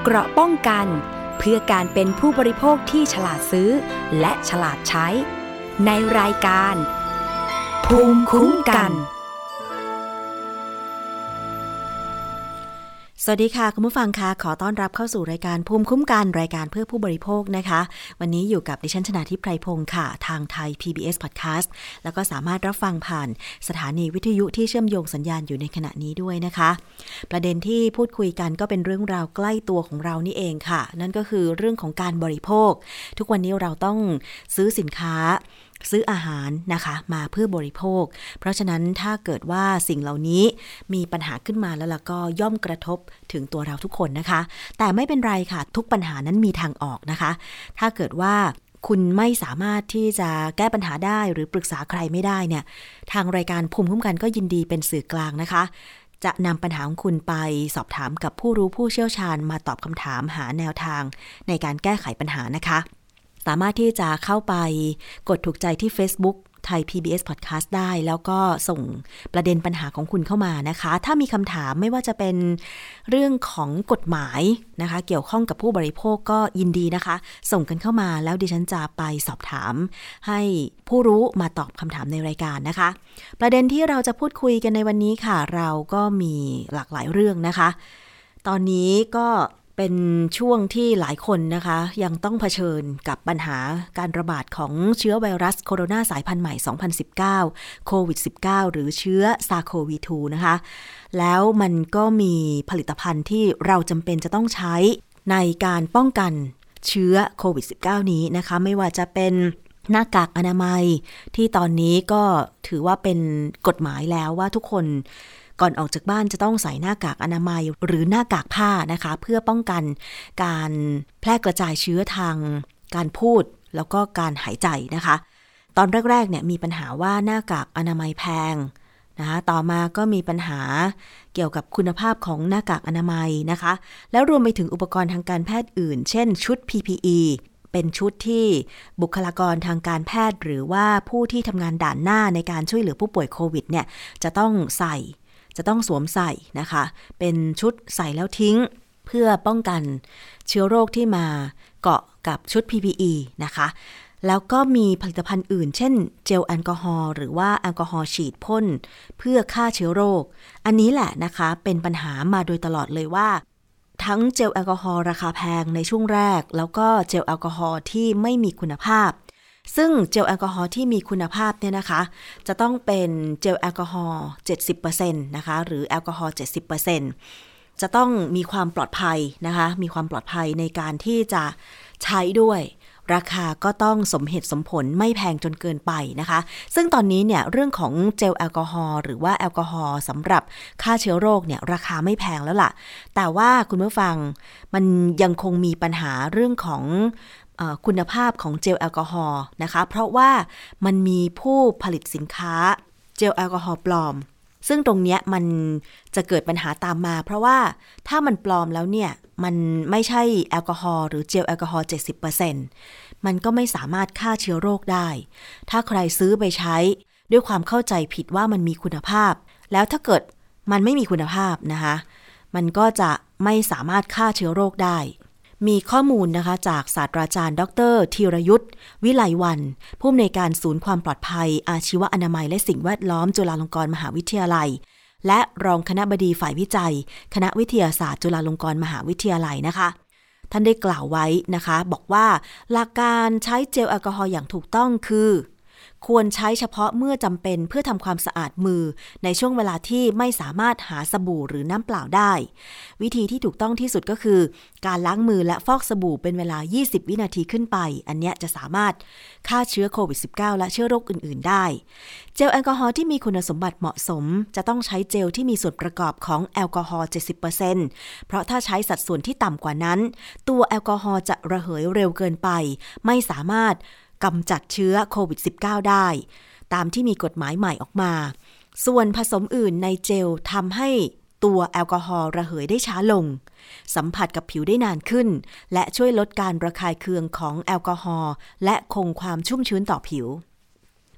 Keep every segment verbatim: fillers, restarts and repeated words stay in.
เกราะป้องกันเพื่อการเป็นผู้บริโภคที่ฉลาดซื้อและฉลาดใช้ในรายการภูมิคุ้มกันสวัสดีค่ะคุณผู้ฟังค่ะขอต้อนรับเข้าสู่รายการภูมิคุ้มกันรายการเพื่อผู้บริโภคนะคะวันนี้อยู่กับดิฉันชนาธิปไพรพงศ์ค่ะทางไทย พี บี เอส Podcast แล้วก็สามารถรับฟังผ่านสถานีวิทยุที่เชื่อมโยงสัญญาณอยู่ในขณะนี้ด้วยนะคะประเด็นที่พูดคุยกันก็เป็นเรื่องราวใกล้ตัวของเรานี่เองค่ะนั่นก็คือเรื่องของการบริโภคทุกวันนี้เราต้องซื้อสินค้าซื้ออาหารนะคะมาเพื่อบริโภคเพราะฉะนั้นถ้าเกิดว่าสิ่งเหล่านี้มีปัญหาขึ้นมาแล้วล่ะก็ย่อมกระทบถึงตัวเราทุกคนนะคะแต่ไม่เป็นไรค่ะทุกปัญหานั้นมีทางออกนะคะถ้าเกิดว่าคุณไม่สามารถที่จะแก้ปัญหาได้หรือปรึกษาใครไม่ได้เนี่ยทางรายการภูมิคุ้มกันก็ยินดีเป็นสื่อกลางนะคะจะนำปัญหาของคุณไปสอบถามกับผู้รู้ผู้เชี่ยวชาญมาตอบคำถามหาแนวทางในการแก้ไขปัญหานะคะสามารถที่จะเข้าไปกดถูกใจที่ Facebook ไทย พี บี เอส Podcast ได้แล้วก็ส่งประเด็นปัญหาของคุณเข้ามานะคะถ้ามีคำถามไม่ว่าจะเป็นเรื่องของกฎหมายนะคะเกี่ยวข้องกับผู้บริโภคก็ยินดีนะคะส่งกันเข้ามาแล้วดิฉันจะไปสอบถามให้ผู้รู้มาตอบคำถามในรายการนะคะประเด็นที่เราจะพูดคุยกันในวันนี้ค่ะเราก็มีหลากหลายเรื่องนะคะตอนนี้ก็เป็นช่วงที่หลายคนนะคะยังต้องเผชิญกับปัญหาการระบาดของเชื้อไวรัสโคโรนาสายพันธุ์ใหม่สองพันสิบเก้าโควิด สิบเก้า หรือเชื้อซาร์โควี ทู นะคะแล้วมันก็มีผลิตภัณฑ์ที่เราจำเป็นจะต้องใช้ในการป้องกันเชื้อโควิด สิบเก้า นี้นะคะไม่ว่าจะเป็นหน้ากากอนามัยที่ตอนนี้ก็ถือว่าเป็นกฎหมายแล้วว่าทุกคนก่อนออกจากบ้านจะต้องใส่หน้ากากอนามัยหรือหน้ากากผ้านะคะเพื่อป้องกันการแพร่กระจายเชื้อทางการพูดแล้วก็การหายใจนะคะตอนแรกๆเนี่ยมีปัญหาว่าหน้ากากอนามัยแพงนะคะต่อมาก็มีปัญหาเกี่ยวกับคุณภาพของหน้ากากอนามัยนะคะแล้วรวมไปถึงอุปกรณ์ทางการแพทย์อื่นเช่นชุด พี พี อี เป็นชุดที่บุคลากรทางการแพทย์หรือว่าผู้ที่ทำงานด่านหน้าในการช่วยเหลือผู้ป่วยโควิดเนี่ยจะต้องใส่จะต้องสวมใส่นะคะเป็นชุดใส่แล้วทิ้งเพื่อป้องกันเชื้อโรคที่มาเกาะกับชุด พี พี อี นะคะแล้วก็มีผลิตภัณฑ์อื่นเช่นเจลแอลกอฮอล์หรือว่าแอลกอฮอล์ฉีดพ่นเพื่อฆ่าเชื้อโรคอันนี้แหละนะคะเป็นปัญหามาโดยตลอดเลยว่าทั้งเจลแอลกอฮอล์ราคาแพงในช่วงแรกแล้วก็เจลแอลกอฮอล์ที่ไม่มีคุณภาพซึ่งเจลแอลกอฮอล์ที่มีคุณภาพเนี่ยนะคะจะต้องเป็นเจลแอลกอฮอล์ เจ็ดสิบเปอร์เซ็นต์ นะคะหรือแอลกอฮอล์ เจ็ดสิบเปอร์เซ็นต์ จะต้องมีความปลอดภัยนะคะมีความปลอดภัยในการที่จะใช้ด้วยราคาก็ต้องสมเหตุสมผลไม่แพงจนเกินไปนะคะซึ่งตอนนี้เนี่ยเรื่องของเจลแอลกอฮอล์หรือว่าแอลกอฮอล์สำหรับฆ่าเชื้อโรคเนี่ยราคาไม่แพงแล้วล่ะแต่ว่าคุณผู้ฟังมันยังคงมีปัญหาเรื่องของคุณภาพของเจลแอลกอฮอล์นะคะเพราะว่ามันมีผู้ผลิตสินค้าเจลแอลกอฮอล์ปลอมซึ่งตรงเนี้ยมันจะเกิดปัญหาตามมาเพราะว่าถ้ามันปลอมแล้วเนี่ยมันไม่ใช่แอลกอฮอล์หรือเจลแอลกอฮอล์ เจ็ดสิบเปอร์เซ็นต์ มันก็ไม่สามารถฆ่าเชื้อโรคได้ถ้าใครซื้อไปใช้ด้วยความเข้าใจผิดว่ามันมีคุณภาพแล้วถ้าเกิดมันไม่มีคุณภาพนะคะมันก็จะไม่สามารถฆ่าเชื้อโรคได้มีข้อมูลนะคะจากศาสตราจารย์ดรธีรยุทธวิไลวรรณผู้อำนวยการศูนย์ความปลอดภัยอาชีวอนามัยและสิ่งแวดล้อมจุฬาลงกรณ์มหาวิทยาลัยและรองคณบดีฝ่ายวิจัยคณะวิทยาศาสตร์จุฬาลงกรณ์มหาวิทยาลัยนะคะท่านได้กล่าวไว้นะคะบอกว่าหลักการใช้เจลแอลกอฮอล์อย่างถูกต้องคือควรใช้เฉพาะเมื่อจำเป็นเพื่อทำความสะอาดมือในช่วงเวลาที่ไม่สามารถหาสบู่หรือน้ำเปล่าได้วิธีที่ถูกต้องที่สุดก็คือการล้างมือและฟอกสบู่เป็นเวลายี่สิบวินาทีขึ้นไปอันเนี้ยจะสามารถฆ่าเชื้อโควิด สิบเก้า และเชื้อโรคอื่นๆได้เจลแอลกอฮอล์ที่มีคุณสมบัติเหมาะสมจะต้องใช้เจลที่มีส่วนประกอบของแอลกอฮอล์ เจ็ดสิบเปอร์เซ็นต์ เพราะถ้าใช้สัดส่วนที่ต่ำกว่านั้นตัวแอลกอฮอล์จะระเหยเร็วเกินไปไม่สามารถกำจัดเชื้อโควิด สิบเก้า ได้ตามที่มีกฎหมายใหม่ออกมาส่วนผสมอื่นในเจลทำให้ตัวแอลกอฮอล์ระเหยได้ช้าลงสัมผัสกับผิวได้นานขึ้นและช่วยลดการระคายเคืองของแอลกอฮอล์และคงความชุ่มชื้นต่อผิว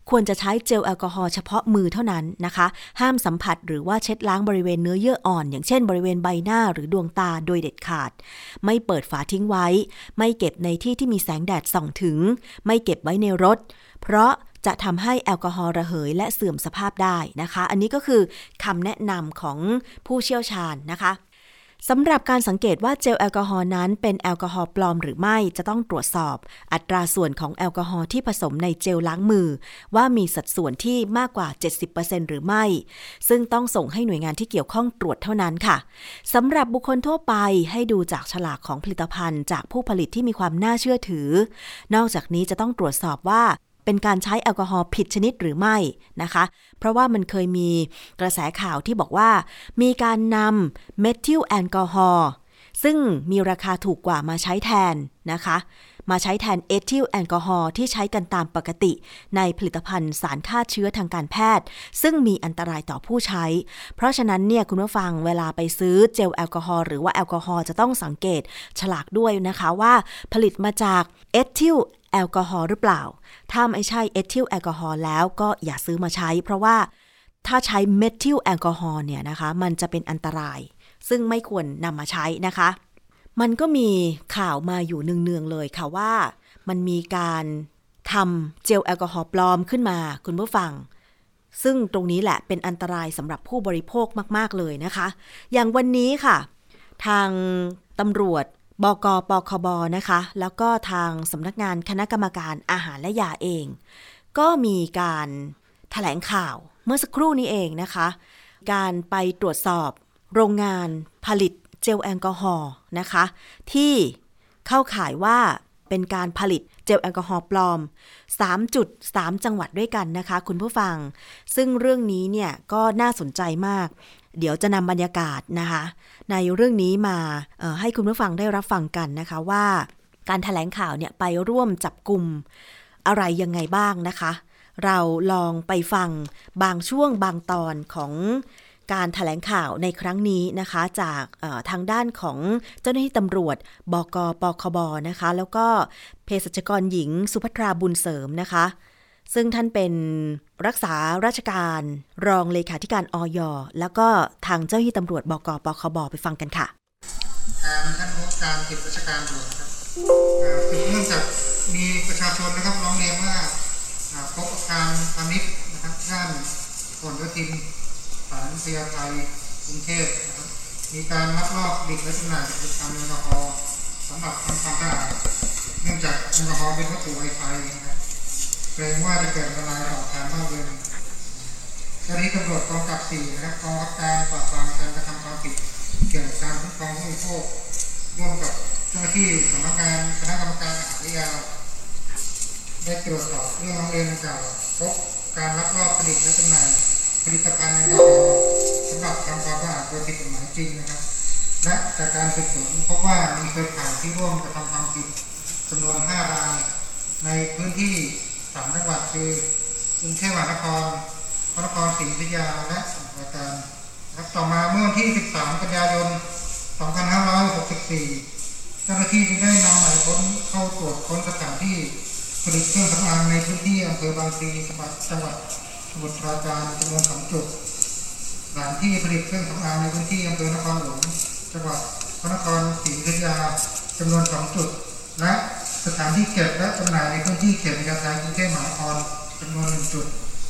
ควรจะใช้เจลแอลกอฮอล์เฉพาะมือเท่านั้นนะคะห้ามสัมผัสหรือว่าเช็ดล้างบริเวณเนื้อเยื่ออ่อนอย่างเช่นบริเวณใบหน้าหรือดวงตาโดยเด็ดขาดไม่เปิดฝาทิ้งไว้ไม่เก็บในที่ที่มีแสงแดดส่องถึงไม่เก็บไว้ในรถเพราะจะทำให้แอลกอฮอล์ระเหยและเสื่อมสภาพได้นะคะอันนี้ก็คือคำแนะนำของผู้เชี่ยวชาญนะคะสำหรับการสังเกตว่าเจลแอลกอฮอล์นั้นเป็นแอลกอฮอล์ปลอมหรือไม่จะต้องตรวจสอบอัตราส่วนของแอลกอฮอล์ที่ผสมในเจลล้างมือว่ามีสัดส่วนที่มากกว่า เจ็ดสิบเปอร์เซ็นต์ หรือไม่ซึ่งต้องส่งให้หน่วยงานที่เกี่ยวข้องตรวจเท่านั้นค่ะสำหรับบุคคลทั่วไปให้ดูจากฉลากของผลิตภัณฑ์จากผู้ผลิตที่มีความน่าเชื่อถือนอกจากนี้จะต้องตรวจสอบว่าเป็นการใช้แอลกอฮอล์ผิดชนิดหรือไม่นะคะเพราะว่ามันเคยมีกระแสข่าวที่บอกว่ามีการนำเมทิลแอลกอฮอล์ซึ่งมีราคาถูกกว่ามาใช้แทนนะคะมาใช้แทนเอทิลแอลกอฮอล์ที่ใช้กันตามปกติในผลิตภัณฑ์สารฆ่าเชื้อทางการแพทย์ซึ่งมีอันตรายต่อผู้ใช้เพราะฉะนั้นเนี่ยคุณผู้ฟังเวลาไปซื้อเจลแอลกอฮอล์หรือว่าแอลกอฮอล์จะต้องสังเกตฉลากด้วยนะคะว่าผลิตมาจากเอทิลแอลกอฮอล์หรือเปล่าถ้าไม่ใช่เอทิลแอลกอฮอล์แล้วก็อย่าซื้อมาใช้เพราะว่าถ้าใช้เมทิลแอลกอฮอล์เนี่ยนะคะมันจะเป็นอันตรายซึ่งไม่ควรนำมาใช้นะคะมันก็มีข่าวมาอยู่เนืองๆเลยค่ะว่ามันมีการทำเจลแอลกอฮอล์ปลอมขึ้นมาคุณผู้ฟังซึ่งตรงนี้แหละเป็นอันตรายสำหรับผู้บริโภคมากๆเลยนะคะอย่างวันนี้ค่ะทางตำรวจบก.ปคบ.นะคะแล้วก็ทางสำนักงานคณะกรรมการอาหารและยาเองก็มีการแถลงข่าวเมื่อสักครู่นี้เองนะคะการไปตรวจสอบโรงงานผลิตเจลแอลกอฮอล์นะคะที่เข้าข่ายว่าเป็นการผลิตเจลแอลกอฮอล์ปลอม สามจุดสาม จังหวัดด้วยกันนะคะคุณผู้ฟังซึ่งเรื่องนี้เนี่ยก็น่าสนใจมากเดี๋ยวจะนำบรรยากาศนะคะในเรื่องนี้มาให้คุณผู้ฟังได้รับฟังกันนะคะว่าการแถลงข่าวเนี่ยไปร่วมจับกุมอะไรยังไงบ้างนะคะเราลองไปฟังบางช่วงบางตอนของการแถลงข่าวในครั้งนี้นะคะจากทางด้านของเจ้าหน้าที่ตำรวจบก.ปคบ.นะคะแล้วก็เภสัชกรหญิงสุภัทราบุญเสริมนะคะซึ่งท่านเป็นรักษาราชการรองเลขาธิการอย.แล้วก็ทางเจ้าหน้าที่ตำรวจบก.ปคบ.ไปฟังกันค่ะทางท่านผู้การติดราชการด่วนครับคือเนื่องจากมีประชาชนนะครับร้องเรียนว่าพบอาการพานิชนะครับย่านผลโยธินสารพญาไทกรุงเทพนะครับมีการลักลอบผลิตและจำหน่ายผลิตภัณฑ์แอลกอฮอล์สำหรับทำความสะอาดเนื่องจากแอลกอฮอล์เป็นวัตถุไวไฟนะครับเกรงว่าจะเกิดอันตรายต่อการบ้านเรือนเจ้าหน้าที่ตำรวจกองกำกับสี่นะครับกองกำกับการปราบปรามการกระทำความผิดเกี่ยวกับการคุ้มครองผู้บริโภคร่วมกับเจ้าหน้าที่สำนักงานคณะกรรมการอาหารและยาได้ตรวจสอบเรื่องร้องเรียนดังกล่าวพบการลักลอบผลิตและจำหน่ายผลิตภัณฑ์แอลกอฮอล์สำหรับทำความสะอาดโดยผิดกฎหมายจริงนะครับและจากการสืบสวนพบว่ามีเครือข่ายที่ร่วมกระทำความผิดจำนวนห้ารายในพื้นที่สามจังหวัดคือกรุงเทพมหานครพระนครศรีอยุธยาและสมุทรปราการต่อมาเมื่อวันที่สิบสามกันยายนสองพันห้าร้อยหกสิบสี่เจ้าหน้าที่จึงได้นำหมายค้นเข้าตรวจค้นสถานที่ผลิตเครื่องสำอางในพื้นที่อำเภอบางพลีจังหวัดจังหวัดสมุทรปราการจำนวนสองจุดสถานที่ผลิตเครื่องสำอางในพื้นที่อำเภอนครหลวงจังหวัดพระนครศรีอยุธยาจำนวนสองจุดและสถานที่เก็บและจำหน่ายในพื้นที่เขตพญาไทกรุงเทพมหานครจำนวนหนึ่งจุด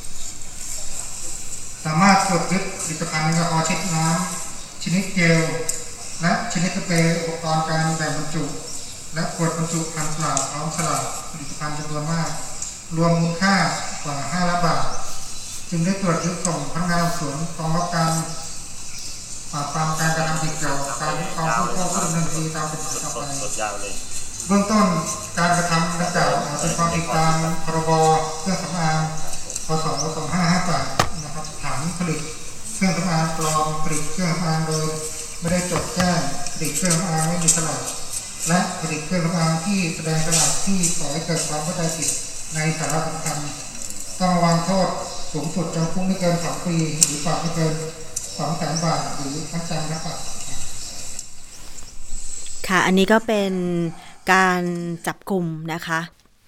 สามารถตรวจยึดผลิตภัณฑ์แอลกอฮอล์เช็ดน้ำชนิดเจลและชนิดสเปรย์อุปกรณ์การแบ่งบรรจุและขวดบรรจุภัณฑ์เปล่าพร้อมสลัดผลิตภัณฑ์จำนวนมากรวมมูลค่ากว่าห้าล้านบาทจึงได้ตรวจยึดส่งพนักงานสอบสวนกองบังคับการปราบปรามการกระทำผิดเกี่ยวกับการคุ้มครองผู้บริโภคดำเนินคดีตามกฎหมายต่อไปเบื้องต้นการกระทำดังกล่าวเป็นความผิดตามพรบเครื่องสำอางพ.ศ. สองพันห้าร้อยห้าสิบแปดนะครับฐานผลิตเครื่องสำอางปลอมผลิตเครื่องสำอางโดยไม่ได้จดแจ้งผลิตเครื่องสำอางไม่มีฉลากและผลิตเครื่องสำอางที่แสดงฉลากที่ก่อให้เกิดความเข้าใจผิดในสาระสำคัญต้องระวังโทษสูงสุดจำคุกไม่เกินสองปีหรือปรับไม่เกินสองแสนบาทหรือทั้งจำทั้งปรับค่ะอันนี้ก็เป็นการจับกุมนะคะ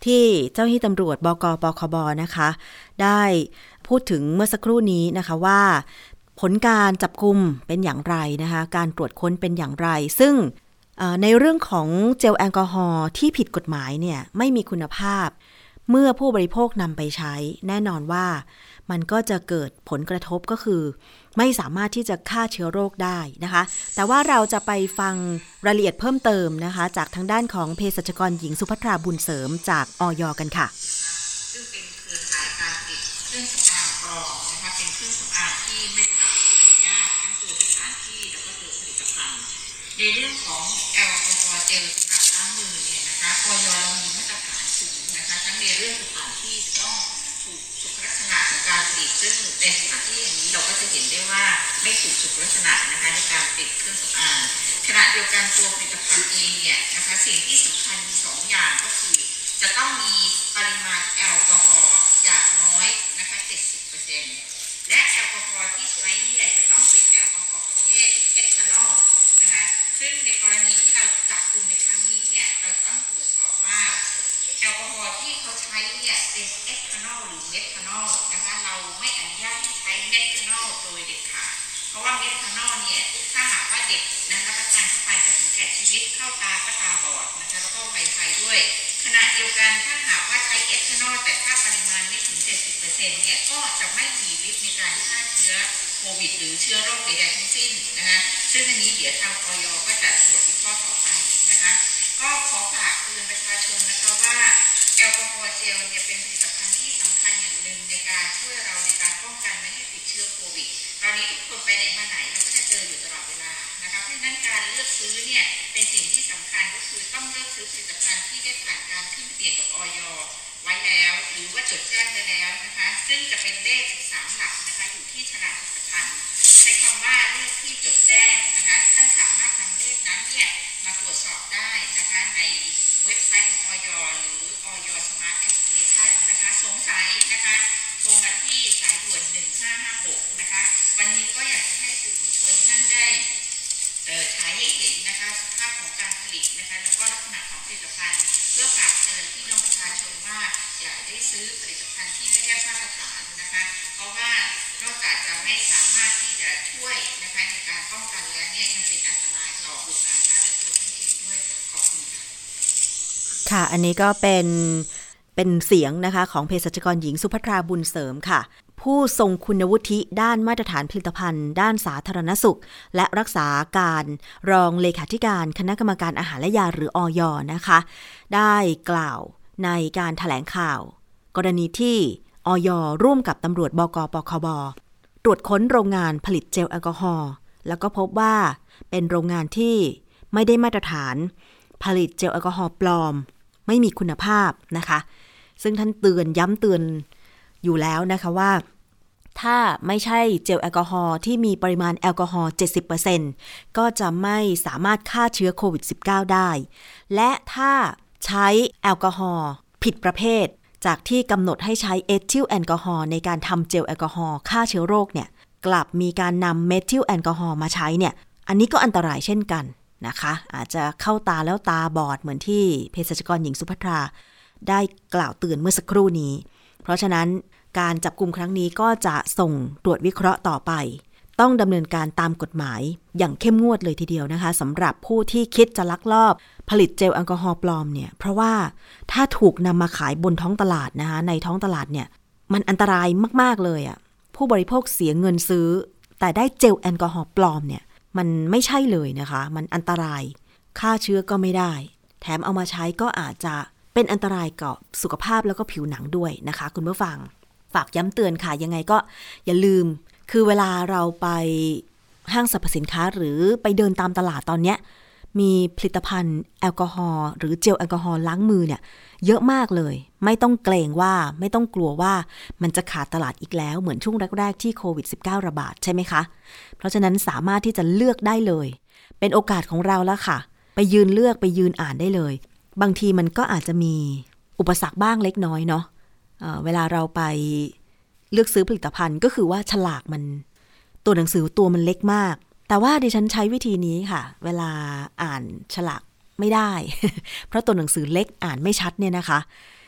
ที่เจ้าหน้าที่ตำรวจบก.ปคบ.นะคะได้พูดถึงเมื่อสักครู่นี้นะคะว่าผลการจับกุมเป็นอย่างไรนะคะการตรวจค้นเป็นอย่างไรซึ่งในเรื่องของเจลแอลกอฮอล์ที่ผิดกฎหมายเนี่ยไม่มีคุณภาพเมื่อผู้บริโภคนำไปใช้แน่นอนว่ามันก็จะเกิดผลกระทบก็คือไม่สามารถที่จะฆ่าเชื้อโรคได้นะคะแต่ว่าเราจะไปฟังรายละเอียดเพิ่มเติมนะคะจากทางด้านของเภสัชกรหญิงสุภัทราบุญเสริมจากอย.กันค่ะซึ่งเป็นเครือข่ายการผลิตเครื่องสำอางปลอมนะคะเป็นเครื่องสำอางที่ไม่ได้รับอนุญาตทั้งตัวสถานที่แล้วก็ตัวผลิตภัณฑ์ในเรื่องของแอลกอฮอล์เจลสำหรับล้างมือเนี่ยนะคะอย.เรามีมาตรฐานสูงนะคะทั้งในเรื่องสถานที่ต้องถูกสุขลักษณะของการผลิตซึ่งในสถานที่อย่างนี้เราก็จะเห็นได้ว่าไม่ถูกสุขลักษณะนะคะในการผลิตเครื่องสำอางขณะเดียวกันตัวผลิตภัณฑ์เองเนี่ยนะคะสิ่งที่สำคัญมีสองอย่างก็คือจะต้องมีปริมาณแอลกอฮอล์อย่างน้อยนะคะ เจ็ดสิบเปอร์เซ็นต์ และแอลกอฮอล์ที่ใช้เนี่ยจะต้องเป็นแอลกอฮอล์ประเภทเอทานอลนะคะซึ่งในกรณีที่เราจับกุมในครั้งนี้เนี่ยเราต้องตรวจสอบว่าแอลกอฮอล์ที่เขาใช้เนี่ยเป็นเอทานอลหรือเมทานอลนะคะเราไม่อนุญาตให้ใช้เมทานอลโดยเด็ดขาดเพราะว่าเมทานอลเนี่ยถ้าหากว่าเด็กนะคะรับประทานเข้าไปจะถึงแก่ชีวิตเข้าตาก็ตาบอดนะคะแล้วก็ไวไฟด้วยขณะเดียวกันถ้าหากว่าใช้เอทานอลแต่ถ้าปริมาณไม่ถึง เจ็ดสิบเปอร์เซ็นต์ เนี่ยก็จะไม่มีฤทธิ์ในการฆ่าเชื้อโควิดหรือเชื้อโรคใดๆทั้งสิ้นนะคะซึ่งอันนี้เดี๋ยวทางอย.ก็จะตรวจวิเคราะห์ต่อไปนะคะก็ขอฝากเตือนประชาชนนะคะว่าแอลกอฮอล์เจลเนี่ยเป็นผลิตภัณฑ์ที่สำคัญอย่างหนึ่งในการช่วยเราในการป้องกันไม่ให้ติดเชื้อโควิดตอนนี้ทุกคนไปไหนมาไหนเราก็จะเจออยู่ตลอดเวลานะคะเพราะฉะนั้นการเลือกซื้อเนี่ยเป็นสิ่งที่สำคัญก็คือต้องเลือกซื้อผลิตภัณฑ์ที่ได้ผ่านการขึ้นทะเบียนกับอย.ไว้แล้วหรือว่าจดแจ้งไว้แล้วนะคะซึ่งจะเป็นเลขสิบสามหลักนะคะอยู่ที่ฉลากผลิตภัณฑ์ใช้คำว่าเลขที่จดแจ้งนะคะท่านสามารถนำเลขนั้นเนี่ยมาตรวจสอบได้นะคะในเว็บไซต์ของอย.หรืออย. Smart Application นะคะสงสัยนะคะโทรมาที่สายด่วนหนึ่งห้าห้าหกนะคะวันนี้ก็อยากจะให้สื่อมวลชนท่านได้เอ่อฉายให้เห็นนะคะสภาพของการผลิตนะคะแล้วก็ลักษณะของผลิตภัณฑ์เพื่อฝากเตือนพี่น้องประชาชนว่าอย่าได้ซื้อผลิตภัณฑ์ที่ไม่ได้มาตรฐานนะคะเพราะว่านอกจากจะไม่สามารถที่จะช่วยนะคะในการป้องกันแล้วเนี่ยยังเป็นอันตรายต่อบุตรหลานท่านและตัวท่านเองด้วยขอบคุณค่ะค่ะอันนี้ก็เป็นเป็นเสียงนะคะของเภสัชกรหญิงสุภัทราบุญเสริมค่ะผู้ทรงคุณวุฒิด้านมาตรฐานผลิตภัณฑ์ด้านสาธารณสุขและรักษาการรองเลขาธิการคณะกรรมการอาหารและยาหรืออย.นะคะได้กล่าวในการแถลงข่าวกรณีที่อย.ร่วมกับตำรวจบก.ปคบ.ตรวจค้นโรงงานผลิตเจลแอลกอฮอล์แล้วก็พบว่าเป็นโรงงานที่ไม่ได้มาตรฐานผลิตเจลแอลกอฮอล์ปลอมไม่มีคุณภาพนะคะซึ่งท่านเตือนย้ำเตือนอยู่แล้วนะคะว่าถ้าไม่ใช่เจลแอลกอฮอล์ที่มีปริมาณแอลกอฮอล์ เจ็ดสิบเปอร์เซ็นต์ ก็จะไม่สามารถฆ่าเชื้อโควิด สิบเก้า ได้และถ้าใช้แอลกอฮอล์ผิดประเภทจากที่กำหนดให้ใช้เอทิลแอลกอฮอล์ในการทำเจลแอลกอฮอล์ฆ่าเชื้อโรคเนี่ยกลับมีการนำเมทิลแอลกอฮอล์มาใช้เนี่ยอันนี้ก็อันตรายเช่นกันนะคะอาจจะเข้าตาแล้วตาบอดเหมือนที่เภสัชกรหญิงสุภัทราได้กล่าวเตือนเมื่อสักครู่นี้เพราะฉะนั้นการจับกุมครั้งนี้ก็จะส่งตรวจวิเคราะห์ต่อไปต้องดำเนินการตามกฎหมายอย่างเข้มงวดเลยทีเดียวนะคะสำหรับผู้ที่คิดจะลักลอบผลิตเจลแอลกอฮอล์ปลอมเนี่ยเพราะว่าถ้าถูกนำมาขายบนท้องตลาดนะคะในท้องตลาดเนี่ยมันอันตรายมากๆเลยอ่ะผู้บริโภคเสียเงินซื้อแต่ได้เจลแอลกอฮอล์ปลอมเนี่ยมันไม่ใช่เลยนะคะมันอันตรายฆ่าเชื้อก็ไม่ได้แถมเอามาใช้ก็อาจจะเป็นอันตรายกับสุขภาพแล้วก็ผิวหนังด้วยนะคะคุณผู้ฟังฝากย้ำเตือนค่ะยังไงก็อย่าลืมคือเวลาเราไปห้างสรรพสินค้าหรือไปเดินตามตลาดตอนนี้มีผลิตภัณฑ์แอลกอฮอล์หรือเจลแอลกอฮอล์ล้างมือเนี่ยเยอะมากเลยไม่ต้องเกรงว่าไม่ต้องกลัวว่ามันจะขาดตลาดอีกแล้วเหมือนช่วงแรกๆที่โควิด สิบเก้า ระบาดใช่ไหมคะเพราะฉะนั้นสามารถที่จะเลือกได้เลยเป็นโอกาสของเราแล้วค่ะไปยืนเลือกไปยืนอ่านได้เลยบางทีมันก็อาจจะมีอุปสรรคบ้างเล็กน้อยเนาะ เอ่อ เวลาเราไปเลือกซื้อผลิตภัณฑ์ก็คือว่าฉลากมันตัวหนังสือตัวมันเล็กมากแต่ว่าดิฉันใช้วิธีนี้ค่ะเวลาอ่านฉลากไม่ได้ เพราะตัวหนังสือเล็กอ่านไม่ชัดเนี่ยนะคะ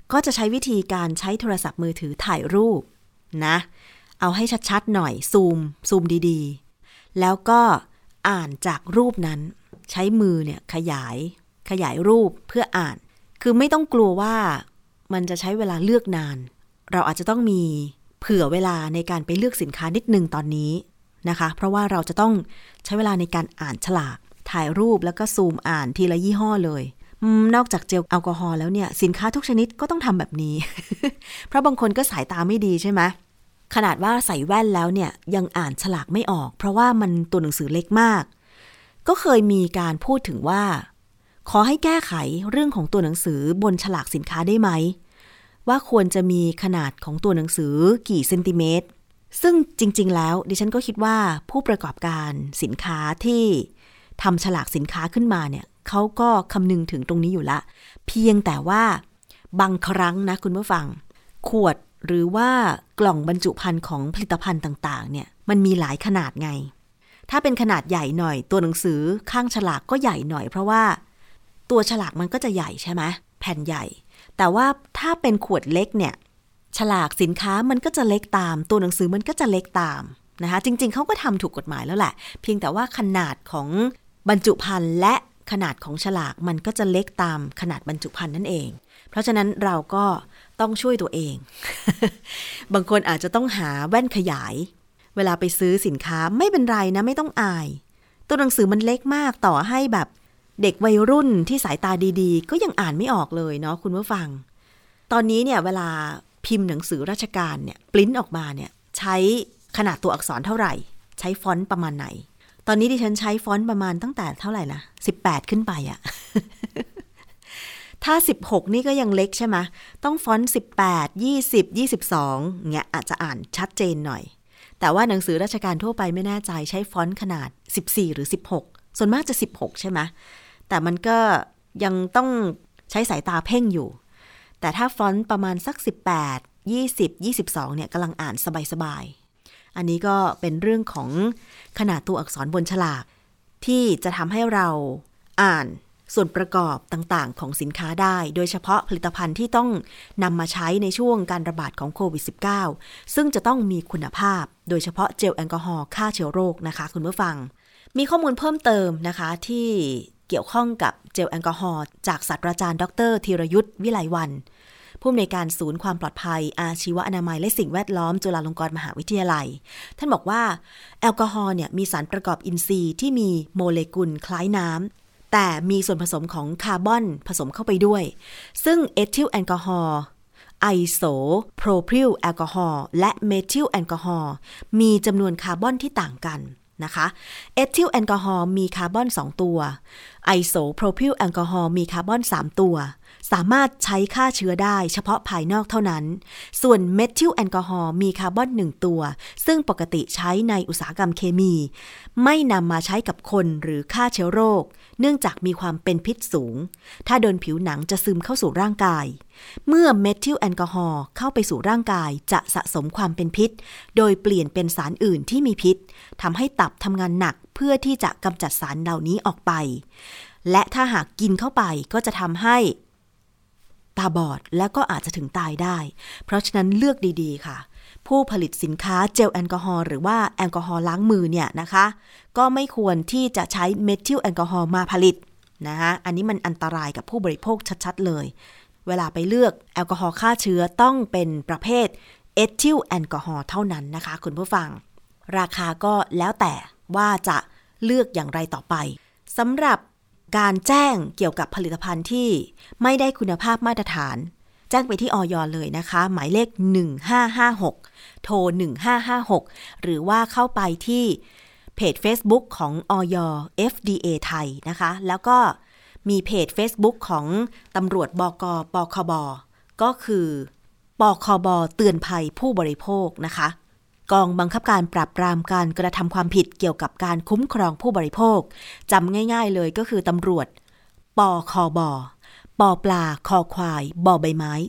ก็จะใช้วิธีการใช้โทรศัพท์มือถือถ่ายรูปนะเอาให้ชัดๆหน่อยซูมซูมดีๆแล้วก็อ่านจากรูปนั้นใช้มือเนี่ยขยายขยายรูปเพื่ออ่านคือไม่ต้องกลัวว่ามันจะใช้เวลาเลือกนานเราอาจจะต้องมีเผื่อเวลาในการไปเลือกสินค้านิดนึงตอนนี้นะคะเพราะว่าเราจะต้องใช้เวลาในการอ่านฉลากถ่ายรูปแล้วก็ซูมอ่านทีละยี่ห้อเลยนอกจากเจลแอลกอฮอล์แล้วเนี่ยสินค้าทุกชนิดก็ต้องทำแบบนี้ เพราะบางคนก็สายตาไม่ดีใช่ไหมขนาดว่าใส่แว่นแล้วเนี่ยยังอ่านฉลากไม่ออกเพราะว่ามันตัวหนังสือเล็กมากก็เคยมีการพูดถึงว่าขอให้แก้ไขเรื่องของตัวหนังสือบนฉลากสินค้าได้ไหมว่าควรจะมีขนาดของตัวหนังสือกี่เซนติเมตรซึ่งจริงๆแล้วดิฉันก็คิดว่าผู้ประกอบการสินค้าที่ทำฉลากสินค้าขึ้นมาเนี่ยเขาก็คำนึงถึงตรงนี้อยู่ละเพียงแต่ว่าบางครั้งนะคุณผู้ฟังขวดหรือว่ากล่องบรรจุภัณฑ์ของผลิตภัณฑ์ต่างๆเนี่ยมันมีหลายขนาดไงถ้าเป็นขนาดใหญ่หน่อยตัวหนังสือข้างฉลากก็ใหญ่หน่อยเพราะว่าตัวฉลากมันก็จะใหญ่ใช่ไหมแผ่นใหญ่แต่ว่าถ้าเป็นขวดเล็กเนี่ยฉลากสินค้ามันก็จะเล็กตามตัวหนังสือมันก็จะเล็กตามนะคะจริงๆเขาก็ทำถูกกฎหมายแล้วแหละเพียงแต่ว่าขนาดของบรรจุภัณฑ์และขนาดของฉลากมันก็จะเล็กตามขนาดบรรจุภัณฑ์นั่นเองเพราะฉะนั้นเราก็ต้องช่วยตัวเอง บางคนอาจจะต้องหาแว่นขยายเวลาไปซื้อสินค้าไม่เป็นไรนะไม่ต้องอายตัวหนังสือมันเล็กมากต่อให้แบบเด็กวัยรุ่นที่สายตาดีๆก็ยังอ่านไม่ออกเลยเนาะคุณผู้ฟังตอนนี้เนี่ยเวลาพิมพ์หนังสือราชการเนี่ยปริ้นออกมาเนี่ยใช้ขนาดตัวอักษรเท่าไหร่ใช้ฟอนต์ประมาณไหนตอนนี้ดิฉันใช้ฟอนต์ประมาณตั้งแต่เท่าไหร่นะสิบแปดขึ้นไปอะ ถ้าสิบหกนี่ก็ยังเล็กใช่ไหมต้องฟอนต์สิบแปด ยี่สิบ ยี่สิบสองเงี้ยอาจจะอ่านชัดเจนหน่อยแต่ว่าหนังสือราชการทั่วไปไม่แน่ใจใช้ฟอนต์ขนาดสิบสี่หรือสิบหกส่วนมากจะสิบหกใช่ไหมแต่มันก็ยังต้องใช้สายตาเพ่งอยู่แต่ถ้าฟอนต์ประมาณสักสิบแปด ยี่สิบ ยี่สิบสองเนี่ยกำลังอ่านสบายๆอันนี้ก็เป็นเรื่องของขนาดตัวอักษรบนฉลากที่จะทำให้เราอ่านส่วนประกอบต่างๆของสินค้าได้โดยเฉพาะผลิตภัณฑ์ที่ต้องนำมาใช้ในช่วงการระบาดของโควิด สิบเก้า ซึ่งจะต้องมีคุณภาพโดยเฉพาะเจลแอลกอฮอล์ฆ่าเชื้อโรคนะคะคุณผู้ฟังมีข้อมูลเพิ่มเติมนะคะที่เกี่ยวข้องกับเจลแอลกอฮอล์จากศาสตราจารย์ดรธีรยุทธวิไลวรรณผู้อำนวยการศูนย์ความปลอดภัยอาชีวอนามัยและสิ่งแวดล้อมจุฬาลงกรณ์มหาวิทยาลัยท่านบอกว่าแอลกอฮอล์เนี่ยมีสารประกอบอินทรีย์ที่มีโมเลกุลคล้ายน้ำแต่มีส่วนผสมของคาร์บอนผสมเข้าไปด้วยซึ่งเอทิลแอลกอฮอล์ไอโซโพรพิลแอลกอฮอล์และเมทิลแอลกอฮอล์มีจำนวนคาร์บอนที่ต่างกันนะคะเอทิลแอลกอฮอล์มีคาร์บอนสองตัวไอโซโพรพิลแอลกอฮอล์มีคาร์บอนสามตัวสามารถใช้ฆ่าเชื้อได้เฉพาะภายนอกเท่านั้นส่วนเมทิลแอลกอฮอล์มีคาร์บอนหนึ่งตัวซึ่งปกติใช้ในอุตสาหกรรมเคมีไม่นำมาใช้กับคนหรือฆ่าเชื้อโรคเนื่องจากมีความเป็นพิษสูงถ้าโดนผิวหนังจะซึมเข้าสู่ร่างกายเมื่อเมทิลแอลกอฮอล์เข้าไปสู่ร่างกายจะสะสมความเป็นพิษโดยเปลี่ยนเป็นสารอื่นที่มีพิษทำให้ตับทำงานหนักเพื่อที่จะกำจัดสารเหล่านี้ออกไปและถ้าหากกินเข้าไปก็จะทำให้ตาบอดและก็อาจจะถึงตายได้เพราะฉะนั้นเลือกดีๆค่ะผู้ผลิตสินค้าเจลแอลกอฮอล์หรือว่าแอลกอฮอล์ล้างมือเนี่ยนะคะก็ไม่ควรที่จะใช้เมทิลแอลกอฮอล์มาผลิตนะคะอันนี้มันอันตรายกับผู้บริโภคชัดๆเลยเวลาไปเลือกแอลกอฮอล์ฆ่าเชื้อต้องเป็นประเภทเอทิลแอลกอฮอล์เท่านั้นนะคะคุณผู้ฟังราคาก็แล้วแต่ว่าจะเลือกอย่างไรต่อไปสำหรับการแจ้งเกี่ยวกับผลิตภัณฑ์ที่ไม่ได้คุณภาพมาตรฐานแจ้งไปที่อย.เลยนะคะหมายเลขหนึ่งห้าห้าหกโทรหนึ่งห้าห้าหกหรือว่าเข้าไปที่เพจ Facebook ของอย เอฟ ดี เอ ไทยนะคะแล้วก็มีเพจ Facebook ของตำรวจบก.ปคบ.ก็คือปคบ.เตือนภัยผู้บริโภคนะคะกองบังคับการปราบปรามการกระทำความผิดเกี่ยวกับการคุ้มครองผู้บริโภคจำง่ายๆเลยก็คือตำรวจปคบ.ปปลาคอควายบอใบไม้จุด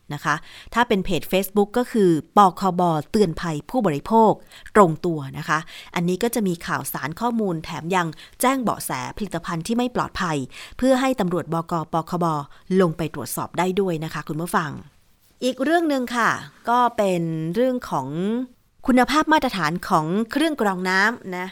นะคะถ้าเป็นเพจ Facebook ก็คือปคบเตือนภัยผู้บริโภคตรงตัวนะคะอันนี้ก็จะมีข่าวสารข้อมูลแถมยังแจ้งเบาะแสผลิตภัณฑ์ที่ไม่ปลอดภัยเพื่อให้ตำรวจบก.ปคบลงไปตรวจสอบได้ด้วยนะคะคุณผู้ฟังอีกเรื่องนึงค่ะก็เป็นเรื่องของคุณภาพมาตรฐานของเครื่องกรองน้ำนะ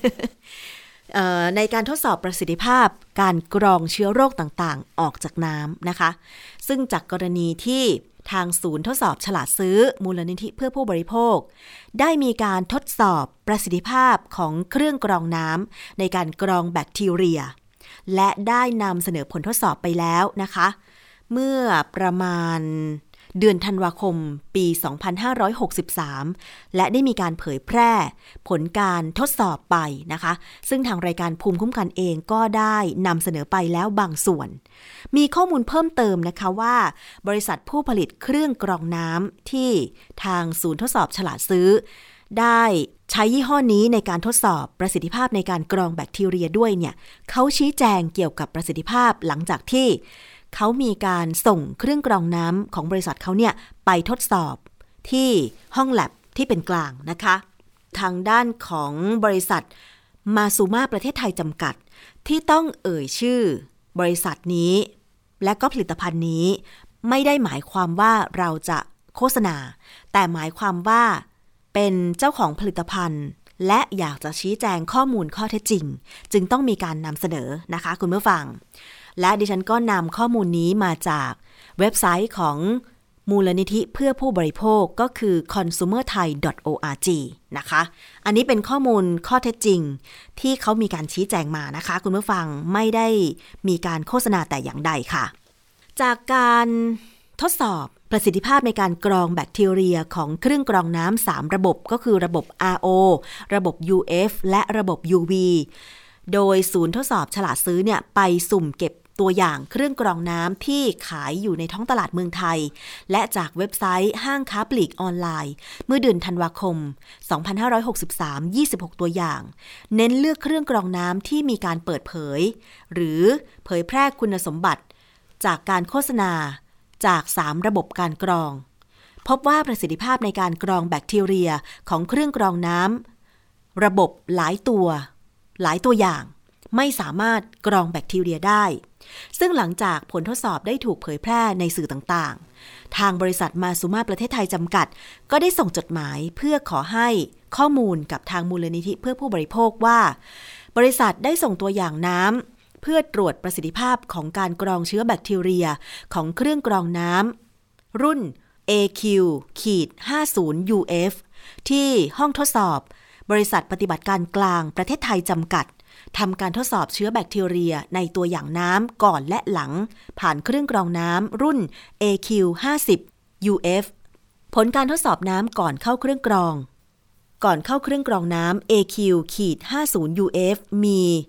ในการทดสอบประสิทธิภาพการกรองเชื้อโรคต่างๆออกจากน้ำนะคะซึ่งจากกรณีที่ทางศูนย์ทดสอบฉลาดซื้อมูลนิธิเพื่อผู้บริโภคได้มีการทดสอบประสิทธิภาพของเครื่องกรองน้ำในการกรองแบคทีเรียและได้นำเสนอผลทดสอบไปแล้วนะคะเมื่อประมาณเดือนธันวาคมปีสองพันห้าร้อยหกสิบสามและได้มีการเผยแพร่ผลการทดสอบไปนะคะซึ่งทางรายการภูมิคุ้มกันเองก็ได้นำเสนอไปแล้วบางส่วนมีข้อมูลเพิ่มเติมนะคะว่าบริษัทผู้ผลิตเครื่องกรองน้ำที่ทางศูนย์ทดสอบฉลาดซื้อได้ใช้ยี่ห้อนี้ในการทดสอบประสิทธิภาพในการกรองแบคทีเรียด้วยเนี่ยเขาชี้แจงเกี่ยวกับประสิทธิภาพหลังจากที่เขามีการส่งเครื่องกรองน้ำของบริษัทเขาเนี่ยไปทดสอบที่ห้องแลบที่เป็นกลางนะคะทางด้านของบริษัทมาซูมาประเทศไทยจำกัดที่ต้องเอ่ยชื่อบริษัทนี้และก็ผลิตภัณฑ์นี้ไม่ได้หมายความว่าเราจะโฆษณาแต่หมายความว่าเป็นเจ้าของผลิตภัณฑ์และอยากจะชี้แจงข้อมูลข้อเท็จจริงจึงต้องมีการนำเสนอนะคะคุณผู้ฟังและดิฉันก็นำข้อมูลนี้มาจากเว็บไซต์ของมูลนิธิเพื่อผู้บริโภคก็คือ คอน ซูเมอร์ ไทย ดอท โอ อาร์ จี นะคะอันนี้เป็นข้อมูลข้อเท็จจริงที่เขามีการชี้แจงมานะคะคุณผู้ฟังไม่ได้มีการโฆษณาแต่อย่างใดค่ะจากการทดสอบประสิทธิภาพในการกรองแบคทีเรียของเครื่องกรองน้ำสามระบบก็คือระบบ อาร์ โอ ระบบ ยู เอฟ และระบบ ยู วี โดยศูนย์ทดสอบฉลาดซื้อเนี่ยไปสุ่มเก็บตัวอย่างเครื่องกรองน้ำที่ขายอยู่ในท้องตลาดเมืองไทยและจากเว็บไซต์ห้างค้าปลีกออนไลน์เมื่อเดือนธันวาคมสองพันห้าร้อยหกสิบสาม ยี่สิบหกตัวอย่างเน้นเลือกเครื่องกรองน้ำที่มีการเปิดเผยหรือเผยแพร่คุณสมบัติจากการโฆษณาจากสามระบบการกรองพบว่าประสิทธิภาพในการกรองแบคทีเรียของเครื่องกรองน้ำระบบหลายตัวหลายตัวอย่างไม่สามารถกรองแบคทีเรียได้ซึ่งหลังจากผลทดสอบได้ถูกเผยแพร่ในสื่อต่างๆทางบริษัทมาซูมาประเทศไทยจำกัดก็ได้ส่งจดหมายเพื่อขอให้ข้อมูลกับทางมูลนิธิเพื่อผู้บริโภคว่าบริษัทได้ส่งตัวอย่างน้ำเพื่อตรวจประสิทธิภาพของการกรองเชื้อแบคทีเรียของเครื่องกรองน้ำรุ่น เอ คิว ห้าสิบ ยู เอฟ ที่ห้องทดสอบบริษัทปฏิบัติการกลางประเทศไทยจำกัดทำการทดสอบเชื้อแบคทีเรียในตัวอย่างน้ำก่อนและหลังผ่านเครื่องกรองน้ำรุ่น เอ คิว ห้าสิบ ยู เอฟ ผลการทดสอบน้ำก่อนเข้าเครื่องกรองก่อนเข้าเครื่องกรองน้ำ เอ คิว ห้าสิบ ยู เอฟ มี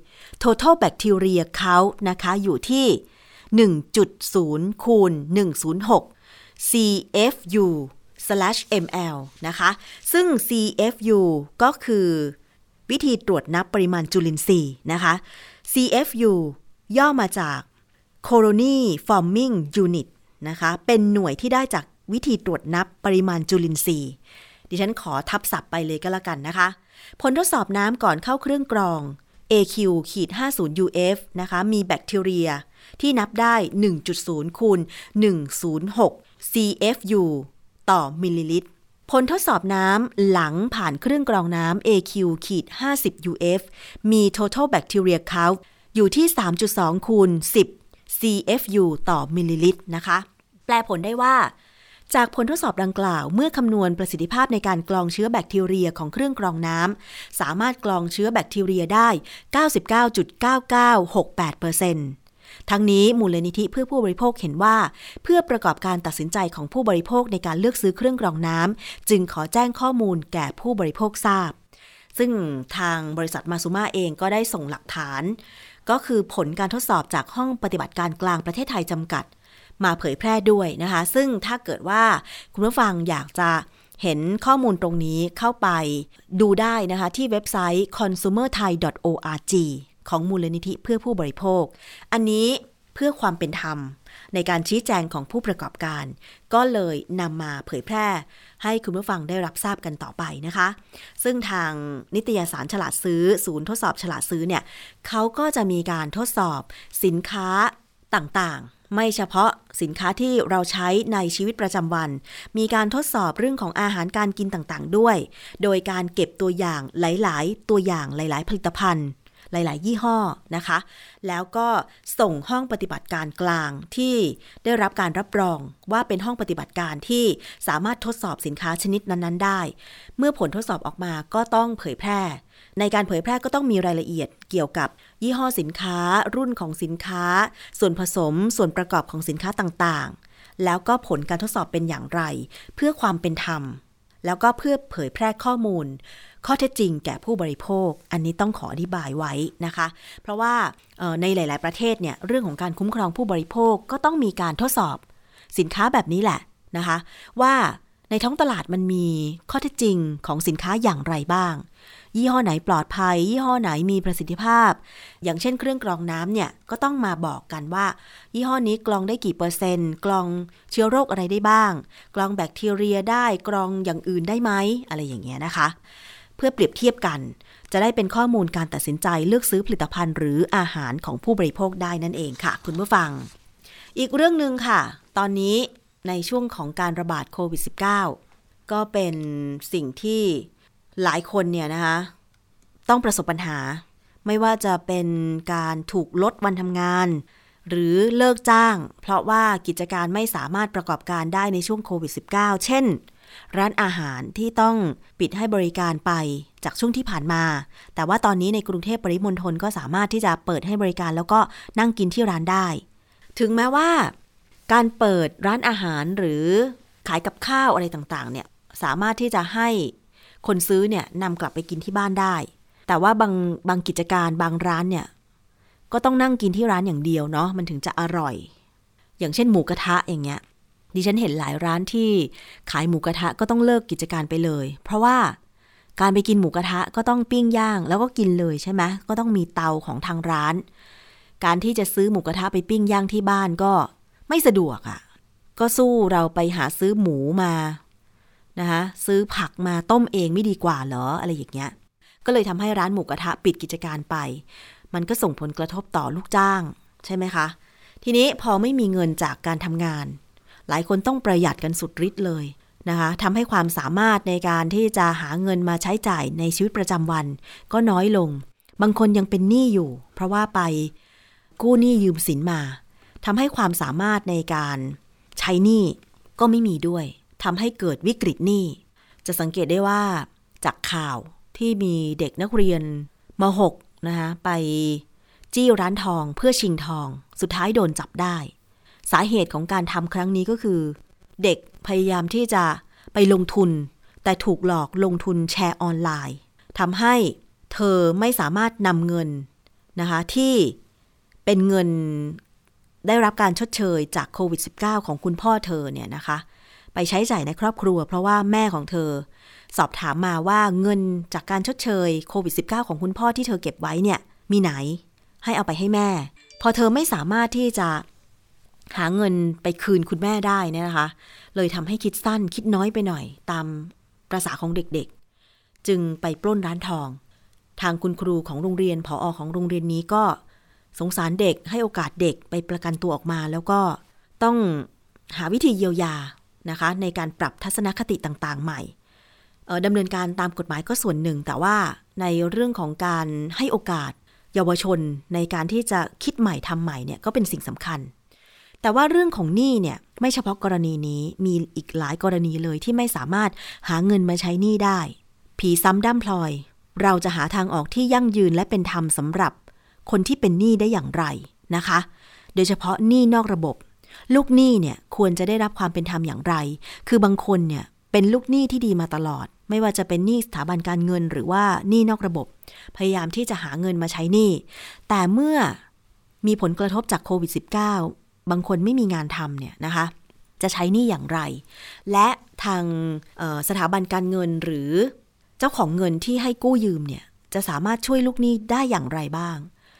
total bacteria count นะคะอยู่ที่ หนึ่งจุดศูนย์ คูณ หนึ่งร้อยหก ซี เอฟ ยู เอ็ม แอล นะคะซึ่ง ซี เอฟ ยู ก็คือวิธีตรวจนับปริมาณจุลินทรีย์นะคะ ซี เอฟ ยู ย่อมาจาก Colony Forming Unit นะคะเป็นหน่วยที่ได้จากวิธีตรวจนับปริมาณจุลินทรีย์ดิฉันขอทับศัพท์ไปเลยก็แล้วกันนะคะผลทดสอบน้ำก่อนเข้าเครื่องกรอง เอ คิว ห้าสิบ ยู เอฟ นะคะมีแบคทีเรียที่นับได้ หนึ่งจุดศูนย์ คูณ หนึ่งร้อยหก ซี เอฟ ยู ต่อมิลลิลิตรผลทดสอบน้ำหลังผ่านเครื่องกรองน้ำ เอ คิว ห้าสิบ ยู เอฟ มี total bacteria count อยู่ที่ สามจุดสอง คูณ สิบ ซี เอฟ ยู ต่อมิลลิลิตรนะคะแปลผลได้ว่าจากผลทดสอบดังกล่าวเมื่อคำนวณประสิทธิภาพในการกรองเชื้อแบคทีเรียของเครื่องกรองน้ำสามารถกรองเชื้อแบคทีเรียได้ เก้าสิบเก้าจุดเก้าเก้าหกแปดเปอร์เซ็นต์ ทั้งนี้มูลนิธิเพื่อผู้บริโภคเห็นว่าเพื่อประกอบการตัดสินใจของผู้บริโภคในการเลือกซื้อเครื่องกรองน้ำจึงขอแจ้งข้อมูลแก่ผู้บริโภคทราบซึ่งทางบริษัทมาซูมาเองก็ได้ส่งหลักฐานก็คือผลการทดสอบจากห้องปฏิบัติการกลางประเทศไทยจำกัดมาเผยแพร่ด้วยนะคะซึ่งถ้าเกิดว่าคุณผู้ฟังอยากจะเห็นข้อมูลตรงนี้เข้าไปดูได้นะคะที่เว็บไซต์ คอน ซูเมอร์ ไทย ดอท โอ อาร์ จี ของมูลนิธิเพื่อผู้บริโภคอันนี้เพื่อความเป็นธรรมในการชี้แจงของผู้ประกอบการก็เลยนำมาเผยแพร่ให้คุณผู้ฟังได้รับทราบกันต่อไปนะคะซึ่งทางนิตยสารฉลาดซื้อศูนย์ทดสอบฉลาดซื้อเนี่ยเขาก็จะมีการทดสอบสินค้าต่างๆไม่เฉพาะสินค้าที่เราใช้ในชีวิตประจำวันมีการทดสอบเรื่องของอาหารการกินต่างๆด้วยโดยการเก็บตัวอย่างหลายๆตัวอย่างหลายๆผลิตภัณฑ์หลายๆยี่ห้อนะคะแล้วก็ส่งห้องปฏิบัติการกลางที่ได้รับการรับรองว่าเป็นห้องปฏิบัติการที่สามารถทดสอบสินค้าชนิดนั้นๆได้เมื่อผลทดสอบออกมาก็ต้องเผยแพร่ในการเผยแพร่ก็ต้องมีรายละเอียดเกี่ยวกับยี่ห้อสินค้ารุ่นของสินค้าส่วนผสมส่วนประกอบของสินค้าต่างๆแล้วก็ผลการทดสอบเป็นอย่างไรเพื่อความเป็นธรรมแล้วก็เพื่อเผยแพร่ข้อมูลข้อเท็จจริงแก่ผู้บริโภคอันนี้ต้องขออธิบายไว้นะคะเพราะว่าในหลายๆประเทศเนี่ยเรื่องของการคุ้มครองผู้บริโภคก็ต้องมีการทดสอบสินค้าแบบนี้แหละนะคะว่าในท้องตลาดมันมีข้อเท็จจริงของสินค้าอย่างไรบ้างยี่ห้อไหนปลอดภัยยี่ห้อไหนมีประสิทธิภาพอย่างเช่นเครื่องกรองน้ำเนี่ยก็ต้องมาบอกกันว่ายี่ห้อนี้กรองได้กี่เปอร์เซ็นต์กรองเชื้อโรคอะไรได้บ้างกรองแบคทีเรียได้กรองอย่างอื่นได้ไหมอะไรอย่างเงี้ยนะคะเพื่อเปรียบเทียบกันจะได้เป็นข้อมูลการตัดสินใจเลือกซื้อผลิตภัณฑ์หรืออาหารของผู้บริโภคได้นั่นเองค่ะคุณผู้ฟังอีกเรื่องนึงค่ะตอนนี้ในช่วงของการระบาดโควิด สิบเก้า ก็เป็นสิ่งที่หลายคนเนี่ยนะคะต้องประสบปัญหาไม่ว่าจะเป็นการถูกลดวันทำงานหรือเลิกจ้างเพราะว่ากิจการไม่สามารถประกอบการได้ในช่วงโควิด สิบเก้า เช่นร้านอาหารที่ต้องปิดให้บริการไปจากช่วงที่ผ่านมาแต่ว่าตอนนี้ในกรุงเทพปริมณฑลก็สามารถที่จะเปิดให้บริการแล้วก็นั่งกินที่ร้านได้ถึงแม้ว่าการเปิดร้านอาหารหรือขายกับข้าวอะไรต่างๆเนี่ยสามารถที่จะให้คนซื้อเนี่ยนำกลับไปกินที่บ้านได้แต่ว่าบางบางกิจการบางร้านเนี่ยก็ต้องนั่งกินที่ร้านอย่างเดียวเนาะมันถึงจะอร่อยอย่างเช่นหมูกระทะอย่างเงี้ยดิฉันเห็นหลายร้านที่ขายหมูกระทะก็ต้องเลิกกิจการไปเลยเพราะว่าการไปกินหมูกระทะก็ต้องปิ้งย่างแล้วก็กินเลยใช่ไหมก็ต้องมีเตาของทางร้านการที่จะซื้อหมูกระทะไปปิ้งย่างที่บ้านก็ไม่สะดวกอ่ะก็สู้เราไปหาซื้อหมูมานะคะซื้อผักมาต้มเองไม่ดีกว่าเหรออะไรอย่างเงี้ยก็เลยทำให้ร้านหมูกระทะปิดกิจการไปมันก็ส่งผลกระทบต่อลูกจ้างใช่ไหมคะทีนี้พอไม่มีเงินจากการทำงานหลายคนต้องประหยัดกันสุดฤทธิ์เลยนะคะทำให้ความสามารถในการที่จะหาเงินมาใช้จ่ายในชีวิตประจำวันก็น้อยลงบางคนยังเป็นหนี้อยู่เพราะว่าไปกู้หนี้ยืมสินมาทำให้ความสามารถในการใช้หนี้ก็ไม่มีด้วยทำให้เกิดวิกฤตหนี้จะสังเกตได้ว่าจากข่าวที่มีเด็กนักเรียนม.หก นะคะไปจี้ร้านทองเพื่อชิงทองสุดท้ายโดนจับได้สาเหตุของการทำครั้งนี้ก็คือเด็กพยายามที่จะไปลงทุนแต่ถูกหลอกลงทุนแชร์ออนไลน์ทำให้เธอไม่สามารถนำเงินนะคะที่เป็นเงินได้รับการชดเชยจากโควิด สิบเก้า ของคุณพ่อเธอเนี่ยนะคะไปใช้จ่ายในครอบครัวเพราะว่าแม่ของเธอสอบถามมาว่าเงินจากการชดเชยโควิด สิบเก้า ของคุณพ่อที่เธอเก็บไว้เนี่ยมีไหนให้เอาไปให้แม่พอเธอไม่สามารถที่จะหาเงินไปคืนคุณแม่ได้เนี่ยนะคะเลยทำให้คิดสั้นคิดน้อยไปหน่อยตามประสาของเด็กๆจึงไปปล้นร้านทองทางคุณครูของโรงเรียนผอ.ของโรงเรียนนี้ก็สงสารเด็กให้โอกาสเด็กไปประกันตัวออกมาแล้วก็ต้องหาวิธีเยียวยานะคะในการปรับทัศนคติต่างๆใหม่ดำเนินการตามกฎหมายก็ส่วนหนึ่งแต่ว่าในเรื่องของการให้โอกาสเยาวชนในการที่จะคิดใหม่ทำใหม่เนี่ยก็เป็นสิ่งสำคัญแต่ว่าเรื่องของหนี้เนี่ยไม่เฉพาะกรณีนี้มีอีกหลายกรณีเลยที่ไม่สามารถหาเงินมาใช้หนี้ได้ผีซ้ำด้ำพลอยเราจะหาทางออกที่ยั่งยืนและเป็นธรรมสำหรับคนที่เป็นหนี้ได้อย่างไรนะคะโดยเฉพาะหนี้นอกระบบลูกหนี้เนี่ยควรจะได้รับความเป็นธรรมอย่างไรคือบางคนเนี่ยเป็นลูกหนี้ที่ดีมาตลอดไม่ว่าจะเป็นหนี้สถาบันการเงินหรือว่าหนี้นอกระบบพยายามที่จะหาเงินมาใช้หนี้แต่เมื่อมีผลกระทบจากโควิด สิบเก้า บางคนไม่มีงานทำเนี่ยนะคะจะใช้หนี้อย่างไรและทางสถาบันการเงินหรือเจ้าของเงินที่ให้กู้ยืมเนี่ยจะสามารถช่วยลูกหนี้ได้อย่างไรบ้าง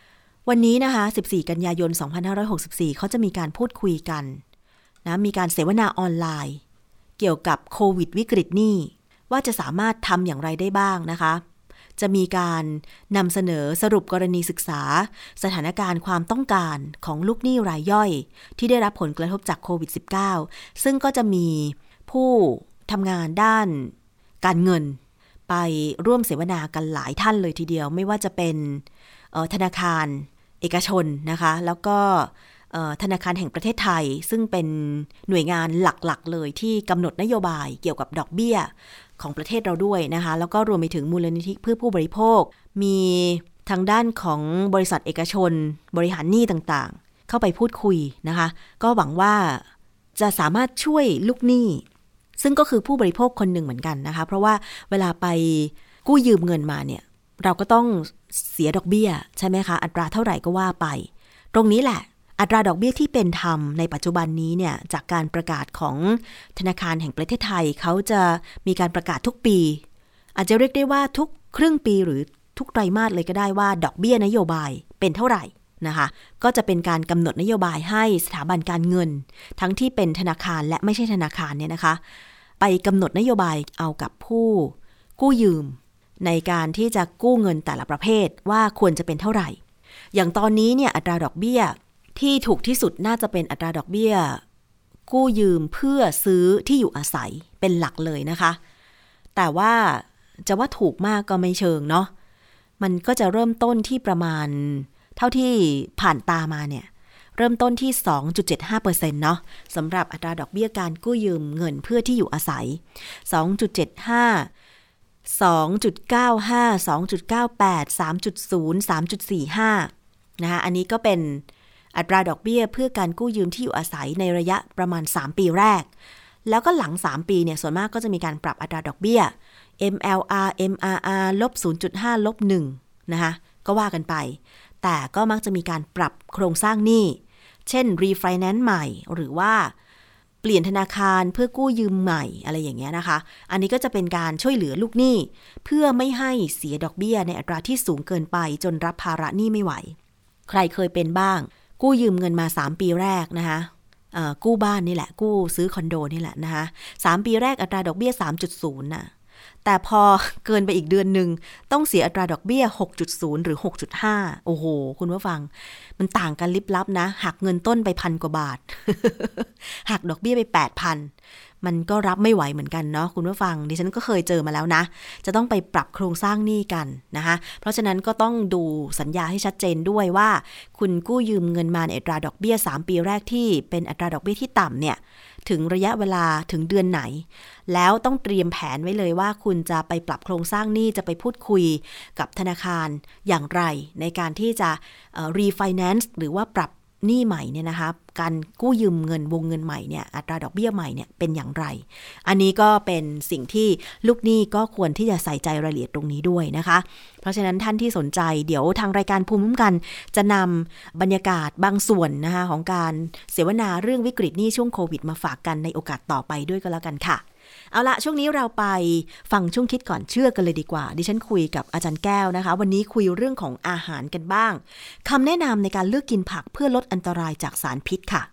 วันนี้นะคะสิบสี่กันยายนสองพันห้าร้อยหกสิบสี่เขาจะมีการพูดคุยกันนะมีการเสวนาออนไลน์เกี่ยวกับโควิดวิกฤตหนี้ว่าจะสามารถทำอย่างไรได้บ้างนะคะจะมีการนำเสนอสรุปกรณีศึกษาสถานการณ์ความต้องการของลูกหนี้รายย่อยที่ได้รับผลกระทบจากโควิด สิบเก้า ซึ่งก็จะมีผู้ทำงานด้านการเงินไปร่วมเสวนากันหลายท่านเลยทีเดียวไม่ว่าจะเป็นธนาคารเอกชนนะคะแล้วก็ธนาคารแห่งประเทศไทยซึ่งเป็นหน่วยงานหลักๆเลยที่กำหนดนโยบายเกี่ยวกับดอกเบี้ยของประเทศเราด้วยนะคะแล้วก็รวมไปถึงมูลนิธิเพื่อผู้บริโภคมีทางด้านของบริษัทเอกชนบริหารหนี้ต่างๆเข้าไปพูดคุยนะคะก็หวังว่าจะสามารถช่วยลูกหนี้ซึ่งก็คือผู้บริโภคคนหนึ่งเหมือนกันนะคะเพราะว่าเวลาไปกู้ยืมเงินมาเนี่ยเราก็ต้องเสียดอกเบี้ยใช่ไหมคะอัตราเท่าไหร่ก็ว่าไปตรงนี้แหละอัตราดอกเบี้ยที่เป็นธรรมในปัจจุบันนี้เนี่ยจากการประกาศของธนาคารแห่งประเทศไทยเขาจะมีการประกาศทุกปีอาจจะเรียกได้ว่าทุกครึ่งปีหรือทุกไตรมาสเลยก็ได้ว่าดอกเบี้ยนโยบายเป็นเท่าไหร่นะคะก็จะเป็นการกำหนดนโยบายให้สถาบันการเงินทั้งที่เป็นธนาคารและไม่ใช่ธนาคารเนี่ยนะคะไปกำหนดนโยบายเอากับผู้กู้ยืมในการที่จะกู้เงินแต่ละประเภทว่าควรจะเป็นเท่าไหร่อย่างตอนนี้เนี่ยอัตราดอกเบี้ยที่ถูกที่สุดน่าจะเป็นอัตราดอกเบี้ยกู้ยืมเพื่อซื้อที่อยู่อาศัยเป็นหลักเลยนะคะแต่ว่าจะว่าถูกมากก็ไม่เชิงเนาะมันก็จะเริ่มต้นที่ประมาณเท่าที่ผ่านตามาเนี่ยเริ่มต้นที่ สองจุดเจ็ดห้าเปอร์เซ็นต์ เนาะสำหรับอัตราดอกเบี้ยการกู้ยืมเงินเพื่อที่อยู่อาศัย สองจุดเจ็ดห้า สองจุดเก้าห้า สองจุดเก้าแปด สามจุดศูนย์ สามจุดสี่ห้า นะคะอันนี้ก็เป็นอัตราดอกเบี้ยเพื่อการกู้ยืมที่อยู่อาศัยในระยะประมาณสามปีแรกแล้วก็หลังสามปีเนี่ยส่วนมากก็จะมีการปรับอัตราดอกเบี้ย เอ็ม แอล อาร์ เอ็ม อาร์ อาร์ ลบ ศูนย์จุดห้า ลบ หนึ่ง นะคะก็ว่ากันไปแต่ก็มักจะมีการปรับโครงสร้างหนี้เช่น refinance ใหม่หรือว่าเปลี่ยนธนาคารเพื่อกู้ยืมใหม่อะไรอย่างเงี้ยนะคะอันนี้ก็จะเป็นการช่วยเหลือลูกหนี้เพื่อไม่ให้เสียดอกเบี้ยในอัตราที่สูงเกินไปจนรับภาระหนี้ไม่ไหวใครเคยเป็นบ้างกู้ยืมเงินมาสามปีแรกนะคะกู้บ้านนี่แหละกู้ซื้อคอนโดนี่แหละนะคะสามปีแรกอัตราดอกเบี้ย สามจุดศูนย์ น่ะแต่พอเกินไปอีกเดือนนึงต้องเสียอัตราดอกเบี้ย หกจุดศูนย์ หรือ หกจุดห้า โอ้โหคุณผู้ฟังมันต่างกันลิบลับนะหักเงินต้นไปพันกว่าบาท หักดอกเบี้ยไป แปดพัน มันก็รับไม่ไหวเหมือนกันเนาะคุณผู้ฟังดิฉันก็เคยเจอมาแล้วนะจะต้องไปปรับโครงสร้างหนี้กันนะคะเพราะฉะนั้นก็ต้องดูสัญญาให้ชัดเจนด้วยว่าคุณกู้ยืมเงินมาในอัตราดอกเบี้ยสามปีแรกที่เป็นอัตราดอกเบี้ยที่ต่ำเนี่ยถึงระยะเวลาถึงเดือนไหนแล้วต้องเตรียมแผนไว้เลยว่าคุณจะไปปรับโครงสร้างหนี้จะไปพูดคุยกับธนาคารอย่างไรในการที่จะเอ่อ refinance หรือว่าปรับหนี้ใหม่เนี่ยนะคะการกู้ยืมเงินวงเงินใหม่เนี่ยอัตราดอกเบี้ยใหม่เนี่ยเป็นอย่างไรอันนี้ก็เป็นสิ่งที่ลูกหนี้ก็ควรที่จะใส่ใจรายละเอียดตรงนี้ด้วยนะคะเพราะฉะนั้นท่านที่สนใจเดี๋ยวทางรายการภูมิคุ้มกันจะนำบรรยากาศบางส่วนนะคะของการเสวนาเรื่องวิกฤตหนี้ช่วงโควิดมาฝากกันในโอกาสต่อไปด้วยก็แล้วกันค่ะเอาละช่วงนี้เราไปฟังช่วงคิดก่อนเชื่อกันเลยดีกว่าดิฉันคุยกับอาจารย์แก้วนะคะวันนี้คุยเรื่องของอาหารกันบ้างคำแนะนำในการเลือกกินผักเพื่อลดอันตรายจากสารพิษค่ะ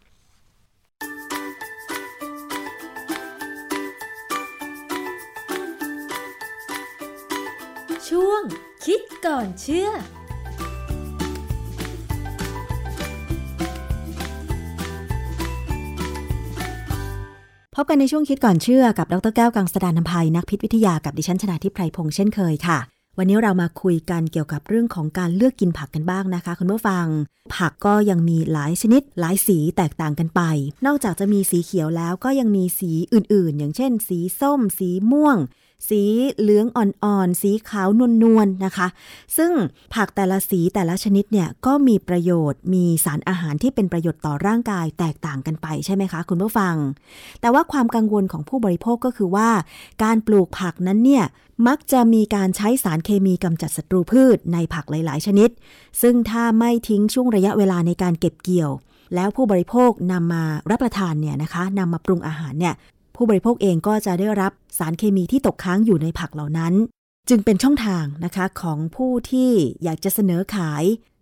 ช่วงคิดก่อนเชื่อพบกันในช่วงคิดก่อนเชื่อกับดร.แก้วกังสดาลอำไพนักพิษวิทยากับดิฉันชนาทิพย์ไพรพงษ์เช่นเคยค่ะวันนี้เรามาคุยกันเกี่ยวกับเรื่องของการเลือกกินผักกันบ้างนะคะคุณผู้ฟังผักก็ยังมีหลายชนิดหลายสีแตกต่างกันไปนอกจากจะมีสีเขียวแล้วก็ยังมีสีอื่นๆอย่างเช่นสีส้มสีม่วงสีเหลืองอ่อนๆสีขาวนวลๆนะคะซึ่งผักแต่ละสีแต่ละชนิดเนี่ยก็มีประโยชน์มีสารอาหารที่เป็นประโยชน์ต่อร่างกายแตกต่างกันไปใช่ไหมคะคุณผู้ฟังแต่ว่าความกังวลของผู้บริโภคก็คือว่าการปลูกผักนั้นเนี่ยมักจะมีการใช้สารเคมีกำจัดศัตรูพืชในผักหลายๆชนิดซึ่งถ้าไม่ทิ้งช่วงระยะเวลาในการเก็บเกี่ยวแล้วผู้บริโภคนำมารับประทานเนี่ยนะคะนำมาปรุงอาหารเนี่ยผู้บริโภคเองก็จะได้รับสารเคมีที่ตกค้างอยู่ในผักเหล่านั้นจึงเป็นช่องทางนะคะของผู้ที่อยากจะเสนอขาย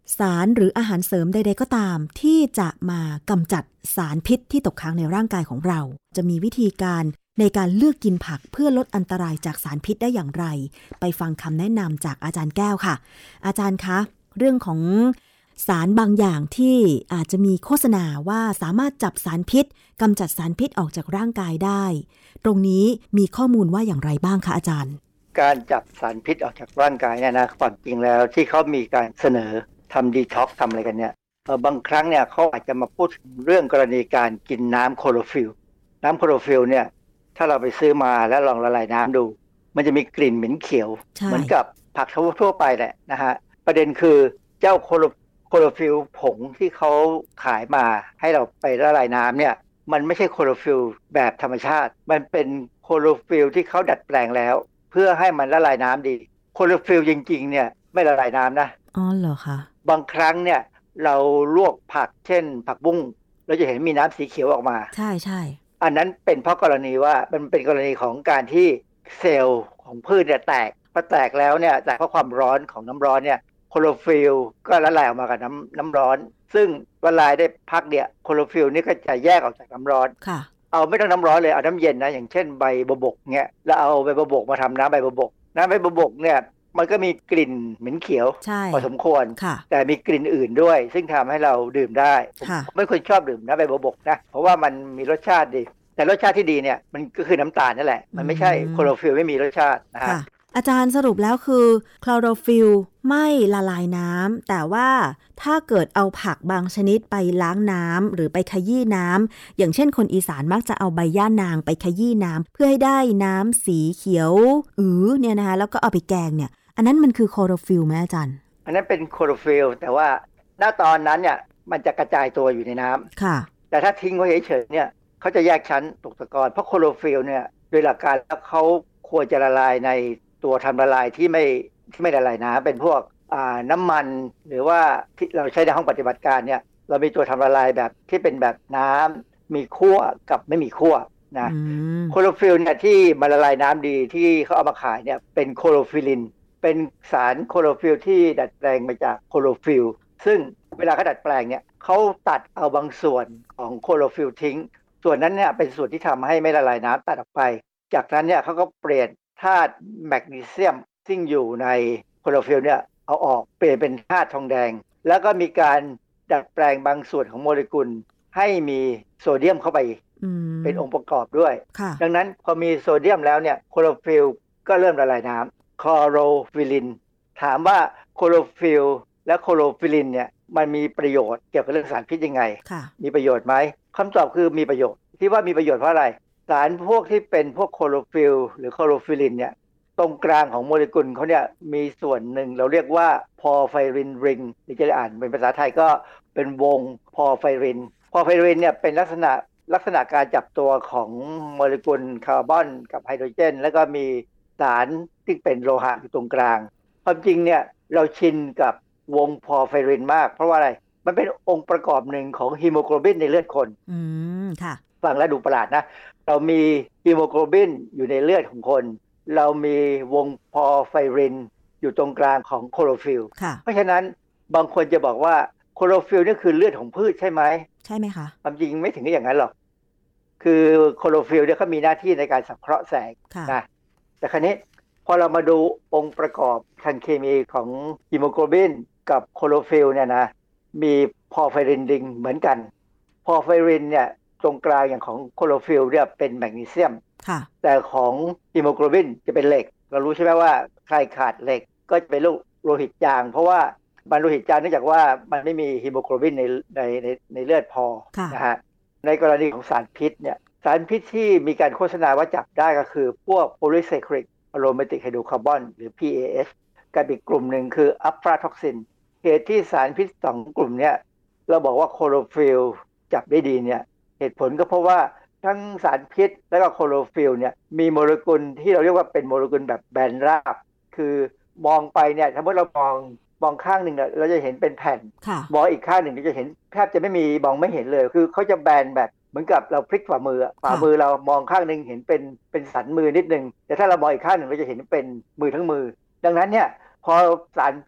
สารหรืออาหารเสริมใดๆก็ตามที่จะมากำจัดสารพิษที่ตกค้างในร่างกายของเราจะมีวิธีการในการเลือกกินผักเพื่อลดอันตรายจากสารพิษได้อย่างไรไปฟังคำแนะนำจากอาจารย์แก้วค่ะอาจารย์คะเรื่องของสารบางอย่างที่อาจจะมีโฆษณาว่าสามารถจับสารพิษกำจัดสารพิษออกจากร่างกายได้ตรงนี้มีข้อมูลว่าอย่างไรบ้างคะอาจารย์การจับสารพิษออกจากร่างกายเนี่ยนะความจริงแล้วที่เขามีการเสนอทำดีท็อกซ์ทำอะไรกันเนี่ยบางครั้งเนี่ยเขาอาจจะมาพูดถึงเรื่องกรณีการกินน้ำโคลอฟิลน้ำโคลอฟิลเนี่ยถ้าเราไปซื้อมาแล้วลองละลายน้ำดูมันจะมีกลิ่นเหม็นเขียวเหมือนกับผักทั่วไปแหละนะฮะประเด็นคือเจ้าโคลโคลอฟิลผงที่เขาขายมาให้เราไปละลายน้ำเนี่ยมันไม่ใช่โคลอฟิลแบบธรรมชาติมันเป็นโคลอฟิลที่เขาดัดแปลงแล้วเพื่อให้มันละลายน้ำดีโคลอฟิลจริงๆเนี่ยไม่ละลายน้ำนะอ๋อเหรอคะบางครั้งเนี่ยเราลวกผักเช่นผักบุ้งเราจะเห็นมีน้ำสีเขียวออกมาใช่ใช่อันนั้นเป็นเพราะกรณีว่ามันเป็นกรณีของการที่เซลล์ของพืชเนี่ยแตกพอแตกแล้วเนี่ยแต่เพราะความร้อนของน้ำร้อนเนี่ยโคลอฟิลก็ละลายออกมากับน้ำน้ำร้อนซึ่งละลายได้พักเดียวโคลอฟิลนี่ก็จะแยกออกจากน้ำร้อนค่ะเอาไม่ต้องน้ำร้อนเลยเอาน้ำเย็นนะอย่างเช่นใบบัวบกเงี้ยแล้วเอาใบบัวบกมาทำน้ำใบบัวบกน้ำใบบัวบกเนี่ยมันก็มีกลิ่นเหม็นเขียวพอสมควรแต่มีกลิ่นอื่นด้วยซึ่งทำให้เราดื่มได้ไม่ควรชอบดื่มน้ำใบบัวบกนะเพราะว่ามันมีรสชาติดีแต่รสชาติที่ดีเนี่ยมันก็คือน้ำตาลนั่นแหละมันไม่ใช่โคลอฟิลไม่มีรสชาตินะฮะอาจารย์สรุปแล้วคือโคลอโรฟิลไม่ละลายน้ำแต่ว่าถ้าเกิดเอาผักบางชนิดไปล้างน้ำหรือไปขยี้น้ำอย่างเช่นคนอีสานมักจะเอาใบย่านางไปขยี้น้ำเพื่อให้ได้น้ำสีเขียวอือเนี่ยนะคะแล้วก็เอาไปแกงเนี่ยอันนั้นมันคือโคลอโรฟิลไหมอาจารย์อันนั้นเป็นโคลอโรฟิลแต่ว่าณตอนนั้นเนี่ยมันจะกระจายตัวอยู่ในน้ำค่ะแต่ถ้าทิ้งไว้เฉยๆเนี่ยเขาจะแยกชั้นตกตะกอนเพราะโคลอโรฟิลเนี่ยโดยหลักการแล้วเขาควรจะละลายในตัวทำละลายที่ไม่ที่ไม่ละลายน้ำเป็นพวกน้ำมันหรือว่าที่เราใช้ในห้องปฏิบัติการเนี่ยเรามีตัวทำละลายแบบที่เป็นแบบน้ำมีขั้วกับไม่มีขั้วนะโคลอโรฟิลเนี่ยที่มาละลายน้ำดีที่เขาเอามาขายเนี่ยเป็นโคลอโรฟิลินเป็นสารโคลอโรฟิลที่ดัดแปลงมาจากโคลอโรฟิลซึ่งเวลาเขาดัดแปลงเนี่ยเขาตัดเอาบางส่วนของโคลอโรฟิลทิ้งส่วนนั้นเนี่ยเป็นส่วนที่ทำให้ไม่ละลายน้ำตัดออกไปจากนั้นเนี่ยเขาก็เปลี่ยนธาตุแมกนีเซียมซึ่งอยู่ในโคลอโรฟิลเนี่ยเอาออกเปลี่ยนเป็นธาตุทองแดงแล้วก็มีการดัดแปลงบางส่วนของโมเลกุลให้มีโซเดียมเข้าไปเป็นองค์ประกอบด้วยดังนั้นพอมีโซเดียมแล้วเนี่ยโคลอโรฟิลก็เริ่มละลายน้ำคลอโรฟิลินถามว่าโคลอโรฟิลและโคลอโรฟิลินเนี่ยมันมีประโยชน์เกี่ยวกับเรื่องสารพิษยังไงมีประโยชน์ไหมคำตอบคือมีประโยชน์ที่ว่ามีประโยชน์เพราะอะไรสารพวกที่เป็นพวกโคลอโรฟิลหรือโคลอโรฟิลินเนี่ยตรงกลางของโมเลกุลเขาเนี่ยมีส่วนหนึ่งเราเรียกว่าพอร์ไฟรินริงหรือจะอ่านเป็นภาษาไทยก็เป็นวงพอร์ไฟรินพอร์ไฟรินเนี่ยเป็นลักษณะลักษณะการจับตัวของโมเลกุลคาร์บอนกับไฮโดรเจนแล้วก็มีสารที่เป็นโลหะอยู่ตรงกลางความจริงเนี่ยเราชินกับวงพอร์ไฟรินมากเพราะว่าอะไรมันเป็นองค์ประกอบหนึ่งของฮีโมโกลบินในเลือดคนอืมค่ะฟังแล้วดูประหลาดนะเรามีฮีโมโกลบินอยู่ในเลือดของคนเรามีวงพอร์ไฟรินอยู่ตรงกลางของโคลอโรฟิลเพราะฉะนั้นบางคนจะบอกว่าโคลอโรฟิลนี่คือเลือดของพืชใช่ไหมใช่ไหมคะความจริงไม่ถึงอย่างนั้นหรอกคือโคลอโรฟิลเนี่ยเขามีหน้าที่ในการสังเคราะห์แสงนะแต่คราวนี้พอเรามาดูองค์ประกอบทางเคมีของฮีโมโกลบินกับโคลอโรฟิลเนี่ยนะมีพอร์ไฟรินริงเหมือนกันพอร์ไฟรินเนี่ยตรงกลางอย่างของโคลอโรฟิลเนี่ยเป็นแมกนีเซียมแต่ของฮีโมโกลบินจะเป็นเหล็กเรารู้ใช่ไหมว่าใครขาดเหล็กก็จะเป็นโลหิตจางเพราะว่ามันโลหิตจางเนื่องจากว่ามันไม่มีฮีโมโกลบินในในในในเลือดพอนะฮะในกรณีของสารพิษเนี่ยสารพิษที่มีการโฆษณาว่าจับได้ก็คือพวก polycyclic aromatic hydrocarbon หรือ พี เอ เอช กับอีกกลุ่มหนึ่งคือ aflatoxin เหตุที่สารพิษสองกลุ่มเนี้ยเราบอกว่าโคลอโรฟิลจับได้ดีเนี่ยเหตุผลก็เพราะว่าทั้งสารพิษและก็โคลอโรฟิลเนี่ยมีโมเลกุลที่เราเรียกว่าเป็นโมเลกุลแบบแบนราบคือมองไปเนี่ยถ้าเมื่อเรามองมองข้างหนึ่งเราจะเห็นเป็นแผ่นมองอีกข้างหนึ่งเราจะเห็นแทบจะไม่มีมองไม่เห็นเลยคือเขาจะแบนแบบเหมือนกับเราพลิกฝ่ามือฝ่ามือเรามองข้างหนึ่งเห็นเป็นเป็นสันมือนิดนึงแต่ถ้าเรามองอีกข้างหนึ่งเราจะเห็นเป็นมือทั้งมือดังนั้นเนี่ยพอสารพิษ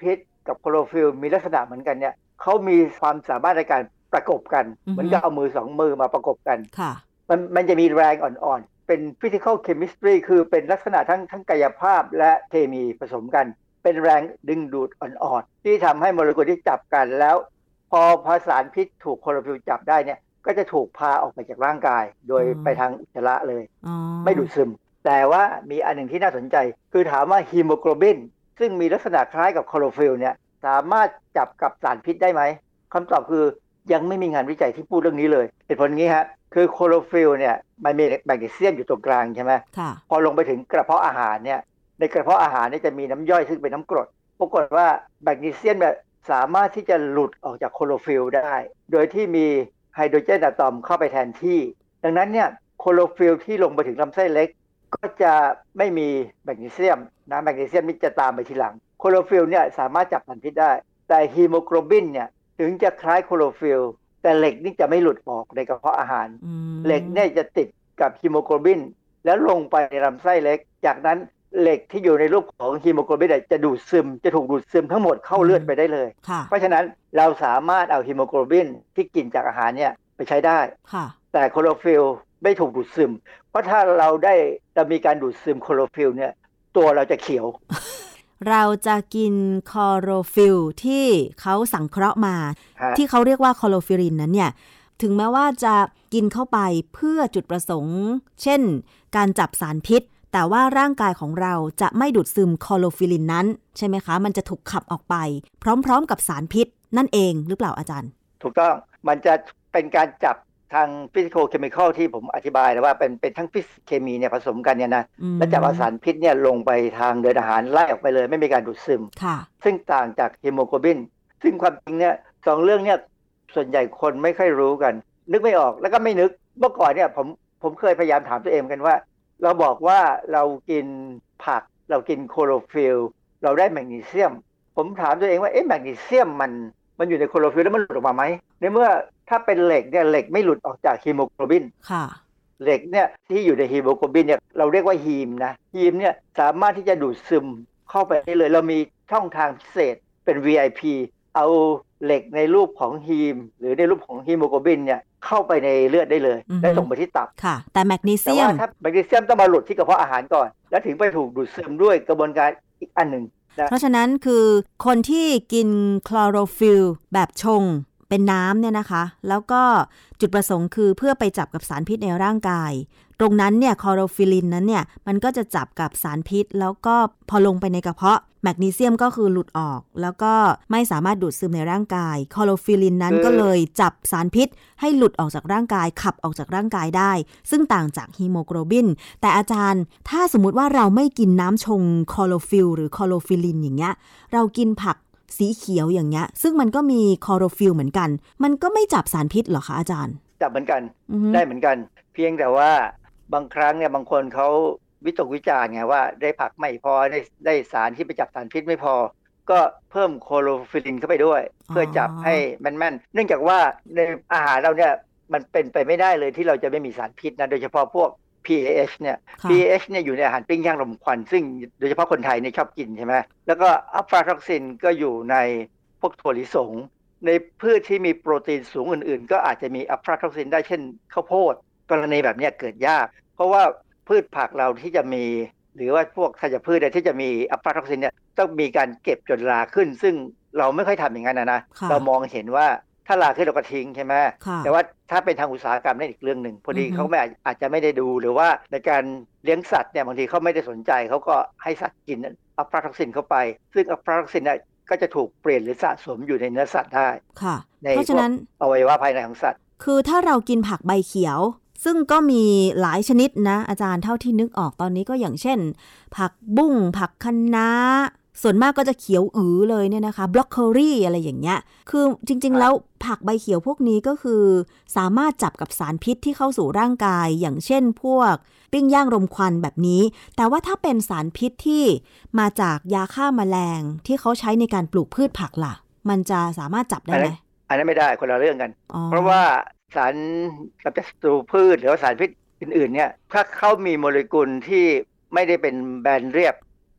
กับโคโรฟิลมีลักษณะเหมือนกันเนี่ยเขามีความสามารถในการประกบกันอือฮึเหมือนกับเอามือสองมือมาประกบกันค่ะมันมันจะมีแรงอ่อนๆเป็น physical chemistry คือเป็นลักษณะทั้งทั้งกายภาพและเคมีผสมกันเป็นแรงดึงดูดอ่อนๆที่ทำให้โมเลกุลที่จับกันแล้วพอพอสารพิษถูกโคโรฟิลจับได้เนี่ยก็จะถูกพาออกไปจากร่างกายโดยอืมไปทางอุจจาระเลยอ๋อไม่ดูดซึมแต่ว่ามีอันหนึ่งที่น่าสนใจคือถามว่าฮีโมโกลบินซึ่งมีลักษณะคล้ายกับโคโรฟิลเนี่ยสามารถจับกับสารพิษได้ไหมคำตอบคือยังไม่มีงานวิจัยที่พูดเรื่องนี้เลยเหตุผลงี้ฮะคือโคโรฟิลเนี่ยมันมีแมกนีเซียมอยู่ตรงกลางใช่ไหมค่ะพอลงไปถึงกระเพาะอาหารเนี่ยในกระเพาะอาหารเนี่ยจะมีน้ำย่อยซึ่งเป็นน้ำกรดปรากฏว่าแมกนีเซียมเนี่ยสามารถที่จะหลุดออกจากโคโรฟิลได้โดยที่มีไฮโดรเจนอะตอมเข้าไปแทนที่ดังนั้นเนี่ยโคโรฟิลที่ลงไปถึงลำไส้เล็กก็จะไม่มีแมกนีเซียมนะแมกนีเซียมนี่จะตามไปทีหลังโคโรฟิลเนี่ยสามารถจับสารพิษได้แต่ฮีโมโกลบินเนี่ยถึงจะคล้ายโคโรฟิลแต่เหล็กนี่จะไม่หลุดออกในกระเพาะอาหารอืมเหล็กเนี่ยจะติดกับฮีโมโกลบินแล้วลงไปในลำไส้เล็กจากนั้นเหล็กที่อยู่ในรูปของฮีโมโกลบินจะดูดซึมจะถูกดูดซึมทั้งหมดเข้าเลือดไปได้เลยค่ะเพราะฉะนั้นเราสามารถเอาฮีโมโกลบินที่กินจากอาหารเนี่ยไปใช้ได้ค่ะแต่โคโรฟิลไม่ถูกดูดซึมเพราะถ้าเราได้จะมีการดูดซึมโคโรฟิลเนี่ยตัวเราจะเขียวเราจะกินคลอโรฟิลที่เขาสังเคราะห์มาฮะที่เขาเรียกว่าคลอโรฟิรินนั้นเนี่ยถึงแม้ว่าจะกินเข้าไปเพื่อจุดประสงค์ เช่น การจับสารพิษแต่ว่าร่างกายของเราจะไม่ดูดซึมคลอโรฟิรินนั้นใช่ไหมคะมันจะถูกขับออกไปพร้อมๆกับสารพิษนั่นเองหรือเปล่าอาจารย์ถูกต้องมันจะเป็นการจับทางฟิสิโกเคมีคอลที่ผมอธิบายแล้วว่าเป็นเป็นทั้งฟิสิกเคมีเนี่ยผสมกันเนี่ยนะอืมแล้วจับเอาสารพิษเนี่ยลงไปทางเดินอาหารไล่ออกไปเลยไม่มีการดูดซึมค่ะซึ่งต่างจากฮีโมโกลบินซึ่งความจริงเนี่ยสองเรื่องเนี่ยส่วนใหญ่คนไม่ค่อยรู้กันนึกไม่ออกแล้วก็ไม่นึกเมื่อก่อนเนี่ยผมผมเคยพยายามถามตัวเองกันว่าเราบอกว่าเรากินผักเรากินโคโรฟิลเราได้แมกนีเซียมผมถามตัวเองว่าเอ๊ะแมกนีเซียมมันมันอยู่ในโคโรฟิลแล้วมันหลุดออกมาไหมในเมื่อถ้าเป็นเหล็กเนี่ยเหล็กไม่หลุดออกจากฮีโมโกลบินค่ะเหล็กเนี่ยที่อยู่ในฮีโมโกลบินเนี่ยเราเรียกว่าฮีมนะฮีมเนี่ยสามารถที่จะดูดซึมเข้าไปได้เลยเรามีช่องทางพิเศษเป็น วี ไอ พี เอาเหล็กในรูปของฮีมหรือในรูปของฮีโมโกลบินเนี่ยเข้าไปในเลือดได้เลยอือฮึและส่งไปที่ตับค่ะ แต่แมกนีแต่เซียว่าม ถ้าแมกนีเซียมต้องมาหลุดที่กระเพาะอาหารก่อนแล้วถึงไปถูกดูดซึมด้วยกระบวนการอีกอันหนึ่งนะเพราะฉะนั้นคือคนที่กินคลอโรฟิลแบบชงเป็นน้ำเนี่ยนะคะแล้วก็จุดประสงค์คือเพื่อไปจับกับสารพิษในร่างกายตรงนั้นเนี่ยคลอโรฟิลินนั้นเนี่ยมันก็จะจับกับสารพิษแล้วก็พอลงไปในกระเพาะแมกนีเซียมก็คือหลุดออกแล้วก็ไม่สามารถดูดซึมในร่างกายคลอโรฟิลินนั้นก็เลยจับสารพิษให้หลุดออกจากร่างกายขับออกจากร่างกายได้ซึ่งต่างจากฮีโมโกลบินแต่อาจารย์ถ้าสมมุติว่าเราไม่กินน้ำชงคลอโรฟิลหรือคลอโรฟิลินอย่างเงี้ยเรากินผักสีเขียวอย่างเงี้ยซึ่งมันก็มีคลอโรฟิลเหมือนกันมันก็ไม่จับสารพิษเหรอคะอาจารย์จับเหมือนกันอือฮึได้เหมือนกัน เพียงแต่ว่าบางครั้งเนี่ยบางคนเขาวิตกวิจารณ์ไงว่าได้ผักไม่พอได้ได้สารที่ไปจับสารพิษไม่พอ ก็เพิ่มโคโรฟิลินเข้าไปด้วย เพื่อจับให้แม่นๆเนื่องจากว่าในอาหารเราเนี่ยมันเป็นไปไม่ได้เลยที่เราจะไม่มีสารพิษนะโดยเฉพาะพวก พี เอ เอช เนี่ยค่ะพี เอ เอช เนี่ยอยู่ในอาหารปิ้งย่างรมควันซึ่งโดยเฉพาะคนไทยเนี่ยชอบกินใช่ไหมแล้วก็อัลฟาท็อกซินก็อยู่ในพวกถั่วลิสงในพืชที่มีโปรตีนสูงอื่นๆก็อาจจะมีอัลฟาท็อกซินได้เช่นข้าวโพดกรณีแบบนี้เกิดยากเพราะว่าพืชผักเราที่จะมีหรือว่าพวกธัญพืชที่จะมีอัลฟาท็อกซินเนี่ยต้องมีการเก็บจนลาขึ้นซึ่งเราไม่ค่อยทำอย่างนั้นนะนะค่ะเรามองเห็นว่าถ้าลาขึ้นเราก็ทิ้งใช่ไหมค่ะแต่ว่าถ้าเป็นทางอุตสาหกรรมนั่นอีกเรื่องหนึ่งพอดีอือฮึเขาไม่อาจอาจจะไม่ได้ดูหรือว่าในการเลี้ยงสัตว์เนี่ยบางทีเขาไม่ได้สนใจเขาก็ให้สัตว์กินอัลฟาท็อกซินเข้าไปซึ่งอัลฟาท็อกซินเนี่ยก็จะถูกเปลี่ยนหรือสะสมอยู่ในเนื้อสัตว์ได้ค่ะในเพราะฉะนั้นพวกอวัยวะภายในของสัตว์คือถ้าเรากินผักใบเขียว ซึ่งก็มีหลายชนิดนะอาจารย์เท่าที่นึกออกตอนนี้ก็อย่างเช่น ผักบุ้งผักคะน้าส่วนมากก็จะเขียวอือเลยเนี่ยนะคะบล็อกโคลี่อะไรอย่างเงี้ยคือจริงๆแล้วผักใบเขียวพวกนี้ก็คือสามารถจับกับสารพิษที่เข้าสู่ร่างกายอย่างเช่นพวกปิ้งย่างรมควันแบบนี้แต่ว่าถ้าเป็นสารพิษที่มาจากยาฆ่าแมลงที่เขาใช้ในการปลูกพืชผักล่ะมันจะสามารถจับได้ไหมอันนั้นไม่ได้คนละเรื่องกันอ๋อเพราะว่าสารกำจัดศัตรูพืชหรือว่าสารพิษอื่นๆเนี่ยถ้าเขามีโมเลกุลที่ไม่ได้เป็นแบนเรียบ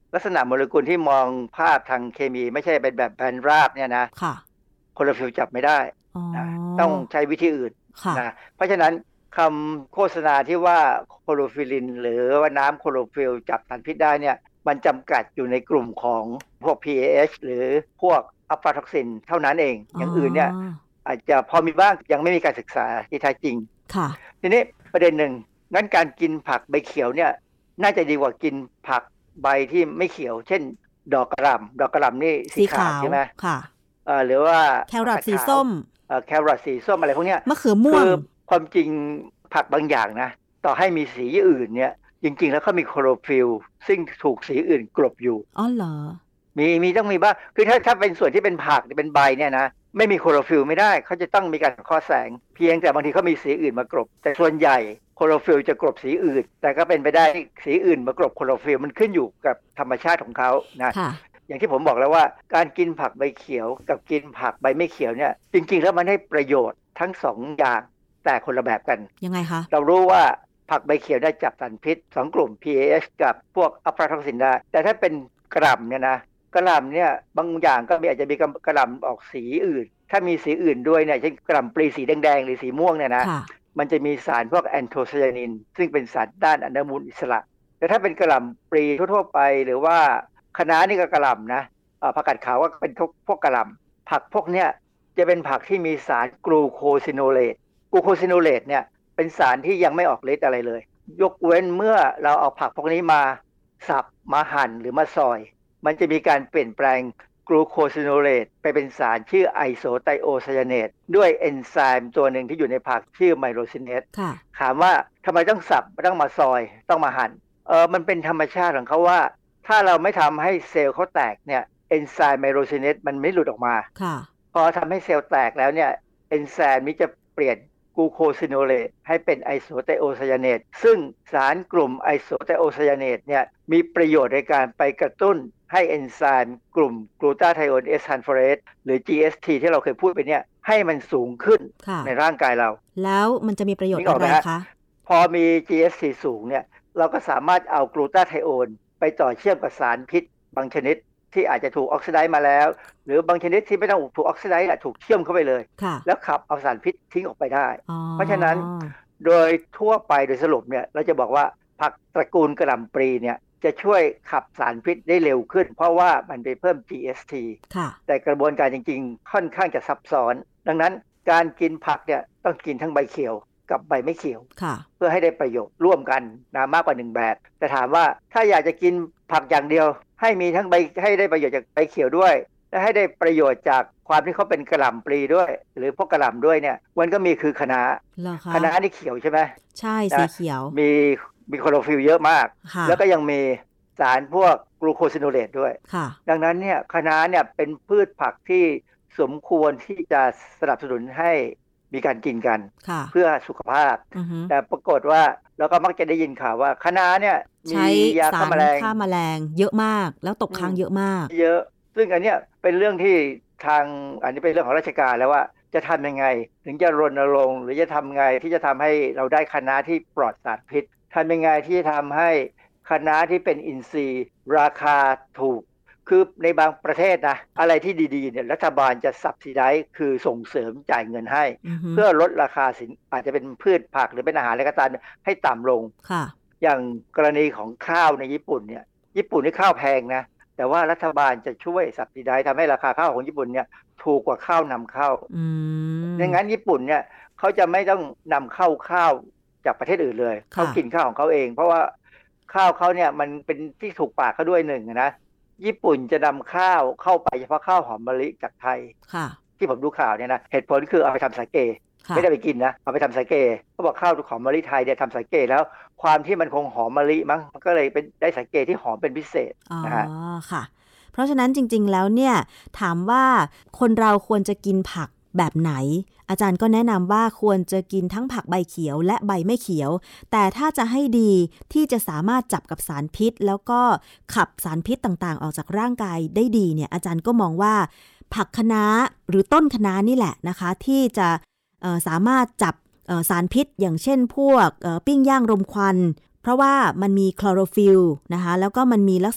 ลักษณะโมเลกุลที่มองภาพทางเคมีไม่ใช่เป็นแบบแบนราบเนี่ยนะค่ะโคโลฟิลจับไม่ได้นะต้องใช้วิธีอื่นนะเพราะฉะนั้นคำโฆษณาที่ว่าโคโลฟิลินหรือว่าน้ำโคโลฟิลจับสารพิษได้เนี่ยมันจำกัดอยู่ในกลุ่มของพวก พี เอ เอช หรือพวกอัลฟาท็อกซินเท่านั้นเองอย่างอื่นเนี่ยอาจจะพอมีบ้างยังไม่มีการศึกษาที่แท้จริงค่ะทีนี้ประเด็นหนึ่งงั้นการกินผักใบเขียวเนี่ยน่าจะดีกว่ากินผักใบที่ไม่เขียวเช่นดอกกระหล่ำดอกกระหล่ำนี่สีขาวใช่ไหมค่ะเอ่อหรือว่าแครอทสีส้มเอ่อแครอทสีส้มอะไรพวกเนี้ยมะเขือม่วงคือความจริงผักบางอย่างนะต่อให้มีสีอื่นเนี่ยจริงๆแล้วเขามีโคโลฟิลซึ่งถูกสีอื่นกลบอยู่อ๋อเหรอมีมีต้องมีบ้างคือถ้าถ้าเป็นส่วนที่เป็นผักเป็นใบเนี่ยนะไม่มีโคโลฟิลไม่ได้เขาจะต้องมีการข้อแสงเพียงแต่บางทีเขามีสีอื่นมากลบแต่ส่วนใหญ่โคโลฟิลจะกลบสีอื่นแต่ก็เป็นไปได้สีอื่นมากลบโคโลฟิลมันขึ้นอยู่กับธรรมชาติของเขานะอย่างที่ผมบอกแล้วว่าการกินผักใบเขียวกับกินผักใบไม่เขียวเนี่ยจริงๆแล้วมันให้ประโยชน์ทั้งสองอย่างแต่คนละแบบกันยังไงคะเรารู้ว่าผักใบเขียวได้จับสารพิษสองกลุ่ม พี เอ เอช กับพวกอัลฟาท็อกซินได้แต่ถ้าเป็นกระหล่ำเนี่ยนะกระหล่ำเนี่ยบางอย่างก็มีอาจจะมีกระหล่ำออกสีอื่นถ้ามีสีอื่นด้วยเนี่ยเช่นกระหล่ำปลีสีแดงๆหรือสีม่วงเนี่ยนะมันจะมีสารพวกแอนโทไซยานินซึ่งเป็นสารต้านอนุมูลอิสระแต่ถ้าเป็นกระหล่ำปลีทั่วๆไปหรือว่าคะน้านี่ก็กระหล่ำนะผักกาดขาวก็เป็นพวกกระหล่ำผักพวกเนี้ยจะเป็นผักที่มีสารกลูโคซิโนเลตกลูโคซิโนเลตเนี่ยเป็นสารที่ยังไม่ออกฤทธิ์อะไรเลยยกเว้นเมื่อเราเอาผักพวกนี้มาสับมาหั่นหรือมาซอยมันจะมีการเปลี่ยนแปลงกลูโคซิโนเลตไปเป็นสารชื่อไอโซไทโอไซยาเนตด้วยเอนไซม์ตัวหนึ่งที่อยู่ในผักชื่อไมโลซิเนสถามว่าทำไมต้องสับต้องมาซอยต้องมาหั่นเออมันเป็นธรรมชาติของเขาว่าถ้าเราไม่ทำให้เซลล์เขาแตกเนี่ยเอนไซม์ไมโลซิเนสมันไม่หลุดออกมาพอทำให้เซลล์แตกแล้วเนี่ยเอนไซม์นี้จะเปลี่ยนกลูโคซิโนเลตให้เป็นไอโซไทโอไซยาเนตซึ่งสารกลุ่มไอโซไทโอไซยาเนตเนี่ยมีประโยชน์ในการไปกระตุ้นให้เอนไซม์กลุ่มกลูตาไทโอนเอสซัลฟูเรสหรือ จี เอส ที ที่เราเคยพูดไปเนี่ยให้มันสูงขึ้นในร่างกายเราแล้วมันจะมีประโยชน์อะไรคะพอมี จี เอส ที สูงเนี่ยเราก็สามารถเอากลูตาไทโอนไปต่อเชื่อมกับสารพิษบางชนิดที่อาจจะถูกออกซิไดซ์มาแล้วหรือบางชนิดที่ไม่ต้องถูกออกซิไดซ์ถูกเชื่อมเข้าไปเลยแล้วขับเอาสารพิษทิ้งออกไปได้เพราะฉะนั้นโดยทั่วไปโดยสรุปเนี่ยเราจะบอกว่าผักตระกูลกระหล่ำปลีเนี่ยจะช่วยขับสารพิษได้เร็วขึ้นเพราะว่ามันไปเพิ่ม จี เอส ที แต่กระบวนการจริงๆค่อนข้างจะซับซ้อนดังนั้นการกินผักเนี่ยต้องกินทั้งใบเขียวกับใบไม่เขียวเพื่อให้ได้ประโยชน์ร่วมกันนะมากกว่าหนึ่งแบบแต่ถามว่าถ้าอยากจะกินผักอย่างเดียวให้มีทั้งใบให้ได้ประโยชน์จากใบเขียวด้วยและให้ได้ประโยชน์จากความที่เขาเป็นกระหล่ำปลีด้วยหรือพวกกระหล่ำด้วยเนี่ยมันก็มีคือคะน้าคะน้านี่เขียวใช่ไหมใช่สีเขียวมีมีโคโลฟิลเยอะมากแล้วก็ยังมีสารพวกกลูโคซิโนเลตด้วยดังนั้นเนี่ยคะน้าเนี่ยเป็นพืชผักที่สมควรที่จะสนับสนุนให้มีการกินกันเพื่อสุขภาพแต่ปรากฏว่าเราก็มักจะได้ยินข่าวว่าคะน้าเนี่ยมียาฆ่าแมลงฆ่าแมลงเยอะมากแล้วตกค้างเยอะมากเยอะซึ่งอันเนี้ยเป็นเรื่องที่ทางอันนี้เป็นเรื่องของราชการแล้วว่าจะทำยังไงถึงจะรณรงค์หรือจะทำไงที่จะทำให้เราได้คะน้าที่ปลอดสารพิษทำยังไงที่จะทำให้คะน้าที่เป็นอินทรีย์ราคาถูกคือในบางประเทศนะอะไรที่ดีๆเนี่ยรัฐบาลจะซับซิไดซ์คือส่งเสริมจ่ายเงินให้ uh-huh. เพื่อลดราคาสินอาจจะเป็นพืชผักหรือเป็นอาหารอะไรก็ตามให้ต่ำลงอย่างกรณีของข้าวในญี่ปุ่นเนี่ยญี่ปุ่นนี่ข้าวแพงนะแต่ว่ารัฐบาลจะช่วยซับซิไดซ์ทำให้ราคาข้าวของญี่ปุ่นเนี่ยถูกกว่าข้าวนำเข้าดังนั้นญี่ปุ่นเนี่ยเขาจะไม่ต้องนำเข้าข้าวจากประเทศอื่นเลยเขากินข้าวของเขาเองเพราะว่าข้าวเขาเนี่ยมันเป็นที่ถูกปากเขาด้วยหนึ่งนะญี่ปุ่นจะนำข้าวเข้าไปเฉพาะข้าวหอมมะลิจากไทยที่ผมดูข่าวเนี่ยนะเหตุผลคือเอาไปทำสาเกไม่ได้ไปกินนะเอาไปทำสาเกเขาบอกข้าวหอมมะลิไทยเนี่ยทำสาเกแล้วความที่มันคงหอมมะลิมั้งมันก็เลยเป็นได้สาเกที่หอมเป็นพิเศษนะฮะอ๋อค่ะเพราะฉะนั้นจริงๆแล้วเนี่ยถามว่าคนเราควรจะกินผักแบบไหนอาจารย์ก็แนะนำว่าควรจะกินทั้งผักใบเขียวและใบไม่เขียวแต่ถ้าจะให้ดีที่จะสามารถจับกับสารพิษแล้วก็ขับสารพิษต่างๆออกจากร่างกายได้ดีเนี่ยอาจารย์ก็มองว่าผักคะน้าหรือต้นคะน้านี่แหละนะคะที่จะสามารถจับสารพิษอย่างเช่นพวกปิ้งย่างรมควันเพราะว่ามันมีคลอโรฟิลล์นะคะแล้วก็มันมีลักษณะ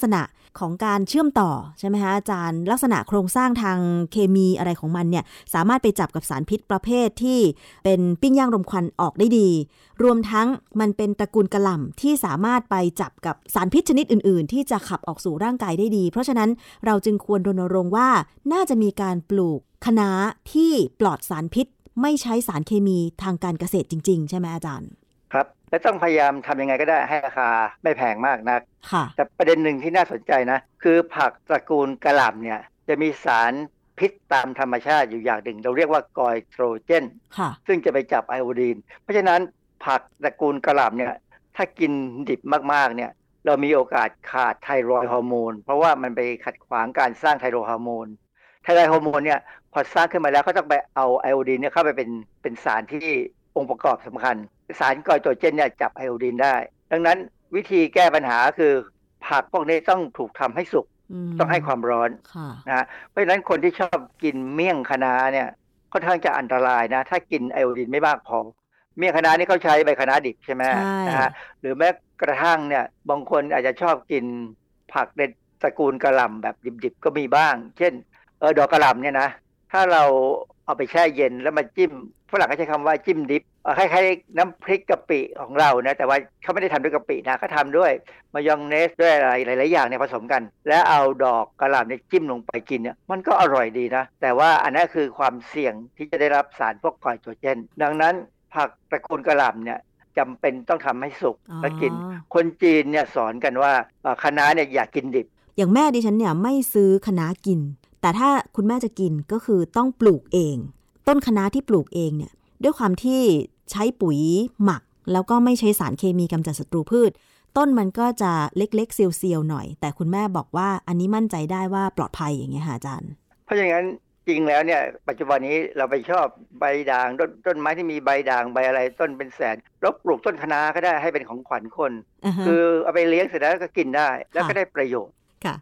ของการเชื่อมต่อใช่ไหมคะอาจารย์ลักษณะโครงสร้างทางเคมีอะไรของมันเนี่ยสามารถไปจับกับสารพิษประเภทที่เป็นปิ้งย่างรมควันออกได้ดีรวมทั้งมันเป็นตระกูลกะหล่ำที่สามารถไปจับกับสารพิษชนิดอื่นๆที่จะขับออกสู่ร่างกายได้ดีเพราะฉะนั้นเราจึงควรรณรงค์ว่าน่าจะมีการปลูกคะน้าที่ปลอดสารพิษไม่ใช้สารเคมีทางการเกษตรจริงๆใช่ไหมอาจารย์ครับและต้องพยายามทำยังไงก็ได้ให้ราคาไม่แพงมากนักแต่ประเด็นหนึ่งที่น่าสนใจนะคือผักตระกูลกะหล่ำเนี่ยจะมีสารพิษตามธรรมชาติอยู่อย่างหนึ่งเราเรียกว่ากอยโตรเจนซึ่งจะไปจับไอโอดีนเพราะฉะนั้นผักตระกูลกะหล่ำเนี่ยถ้ากินดิบมากๆเนี่ยเรามีโอกาสขาดไทรอยด์ฮอร์โมนเพราะว่ามันไปขัดขวางการสร้างไทรอยด์ฮอร์โมนไทรอยด์ฮอร์โมนเนี่ยพอสร้างขึ้นมาแล้วก็ต้องไปเอาไอโอดีนเนี่ยเข้าไปเป็นเป็นสารที่องค์ประกอบสำคัญสารกอยโตรเจนเนี่ยจับไอโอดีนได้ดังนั้นวิธีแก้ปัญหาคือผักพวกนี้ต้องถูกทำให้สุกต้องให้ความร้อนนะเพราะฉะนั้นคนที่ชอบกินเมี่ยงคะน้าเนี่ยค่อนข้างจะอันตรายนะถ้ากินไอโอดีนไม่มากพอเมี่ยงคะน้านี่เขาใช้ใบคะน้าดิบใช่ไหมนะฮะหรือแม้กระทั่งเนี่ยบางคนอาจจะชอบกินผักในตระกูลกะหล่ำแบบดิบๆก็มีบ้างเช่นเออดอกกะหล่ำเนี่ยนะถ้าเราเอาไปแช่เย็นแล้วมาจิ้มฝรั่งก็ใช้คำว่าจิ้มดิปคล้ายๆน้ำพริกกะปิของเรานะแต่ว่าเขาไม่ได้ทำด้วยกะปินะเขาทำด้วยมายองเนสด้วยอะไรหลายๆอย่างเนี่ยผสมกันแล้วเอาดอกกะหล่ำเนี่ยจิ้มลงไปกินเนี่ยมันก็อร่อยดีนะแต่ว่าอันนั้นคือความเสี่ยงที่จะได้รับสารพวกกอยโตรเจนดังนั้นผักตระกูลกะหล่ำเนี่ยจำเป็นต้องทำให้สุกแล้วกินคนจีนเนี่ยสอนกันว่าคะน้าเนี่ยอย่ากินดิบอย่างแม่ดิฉันเนี่ยไม่ซื้อคะน้ากินแต่ถ้าคุณแม่จะกินก็คือต้องปลูกเองต้นคะน้าที่ปลูกเองเนี่ยด้วยความที่ใช้ปุ๋ยหมักแล้วก็ไม่ใช้สารเคมีกำจัดศัตรูพืชต้นมันก็จะเล็กๆเซียวๆหน่อยแต่คุณแม่บอกว่าอันนี้มั่นใจได้ว่าปลอดภัยอย่างเงี้ยค่ะอาจารย์เพราะอย่างนั้นจริงแล้วเนี่ยปัจจุบันนี้เราไปชอบใบด่างต้นต้นไม้ที่มีใบด่างใบอะไรต้นเป็นแสนแล้วปลูกต้นคะน้าก็ได้ให้เป็นของขวัญคน uh-huh. คือเอาไปเลี้ยงเสร็จแล้วก็กินได้แล้วก็ได้ประโยชน์ค่ะ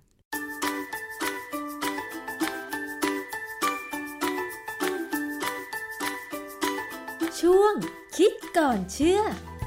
ช่วงคิดก่อนเชื่อ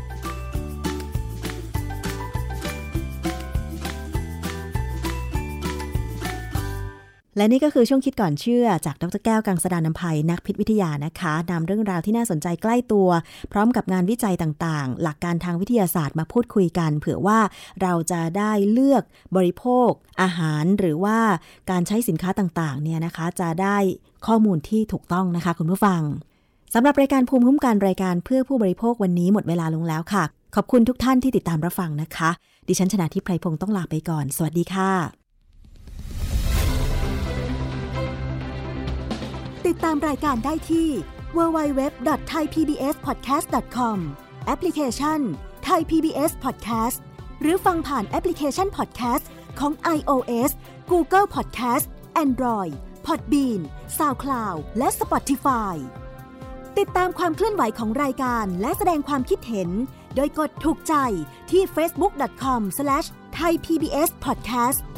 และนี่ก็คือช่วงคิดก่อนเชื่อจากดร.แก้วกังสดาลอำไพนักพิษวิทยานะคะนำเรื่องราวที่น่าสนใจใกล้ตัวพร้อมกับงานวิจัยต่างๆหลักการทางวิทยาศาสตร์มาพูดคุยกันเผื่อว่าเราจะได้เลือกบริโภคอาหารหรือว่าการใช้สินค้าต่างๆเนี่ยนะคะจะได้ข้อมูลที่ถูกต้องนะคะคุณผู้ฟังสำหรับรายการภูมิคุ้มกันรายการเพื่อผู้บริโภควันนี้หมดเวลาลงแล้วค่ะขอบคุณทุกท่านที่ติดตามรับฟังนะคะดิฉันชนาธิป ไพรพงศ์ต้องลาไปก่อนสวัสดีค่ะติดตามรายการได้ที่ ดับเบิลยู ดับเบิลยู ดับเบิลยู ดอท ไทย พี บี เอส พอดแคสต์ ดอท คอม แอปพลิเคชัน Thai พี บี เอส Podcast หรือฟังผ่านแอปพลิเคชัน Podcast ของ iOS Google Podcast Android Podbean SoundCloud และ Spotify ติดตามความเคลื่อนไหวของรายการและแสดงความคิดเห็นโดยกดถูกใจที่ เฟซบุ๊ก ดอท คอม สแลช ไทย พี บี เอส พอดแคสต์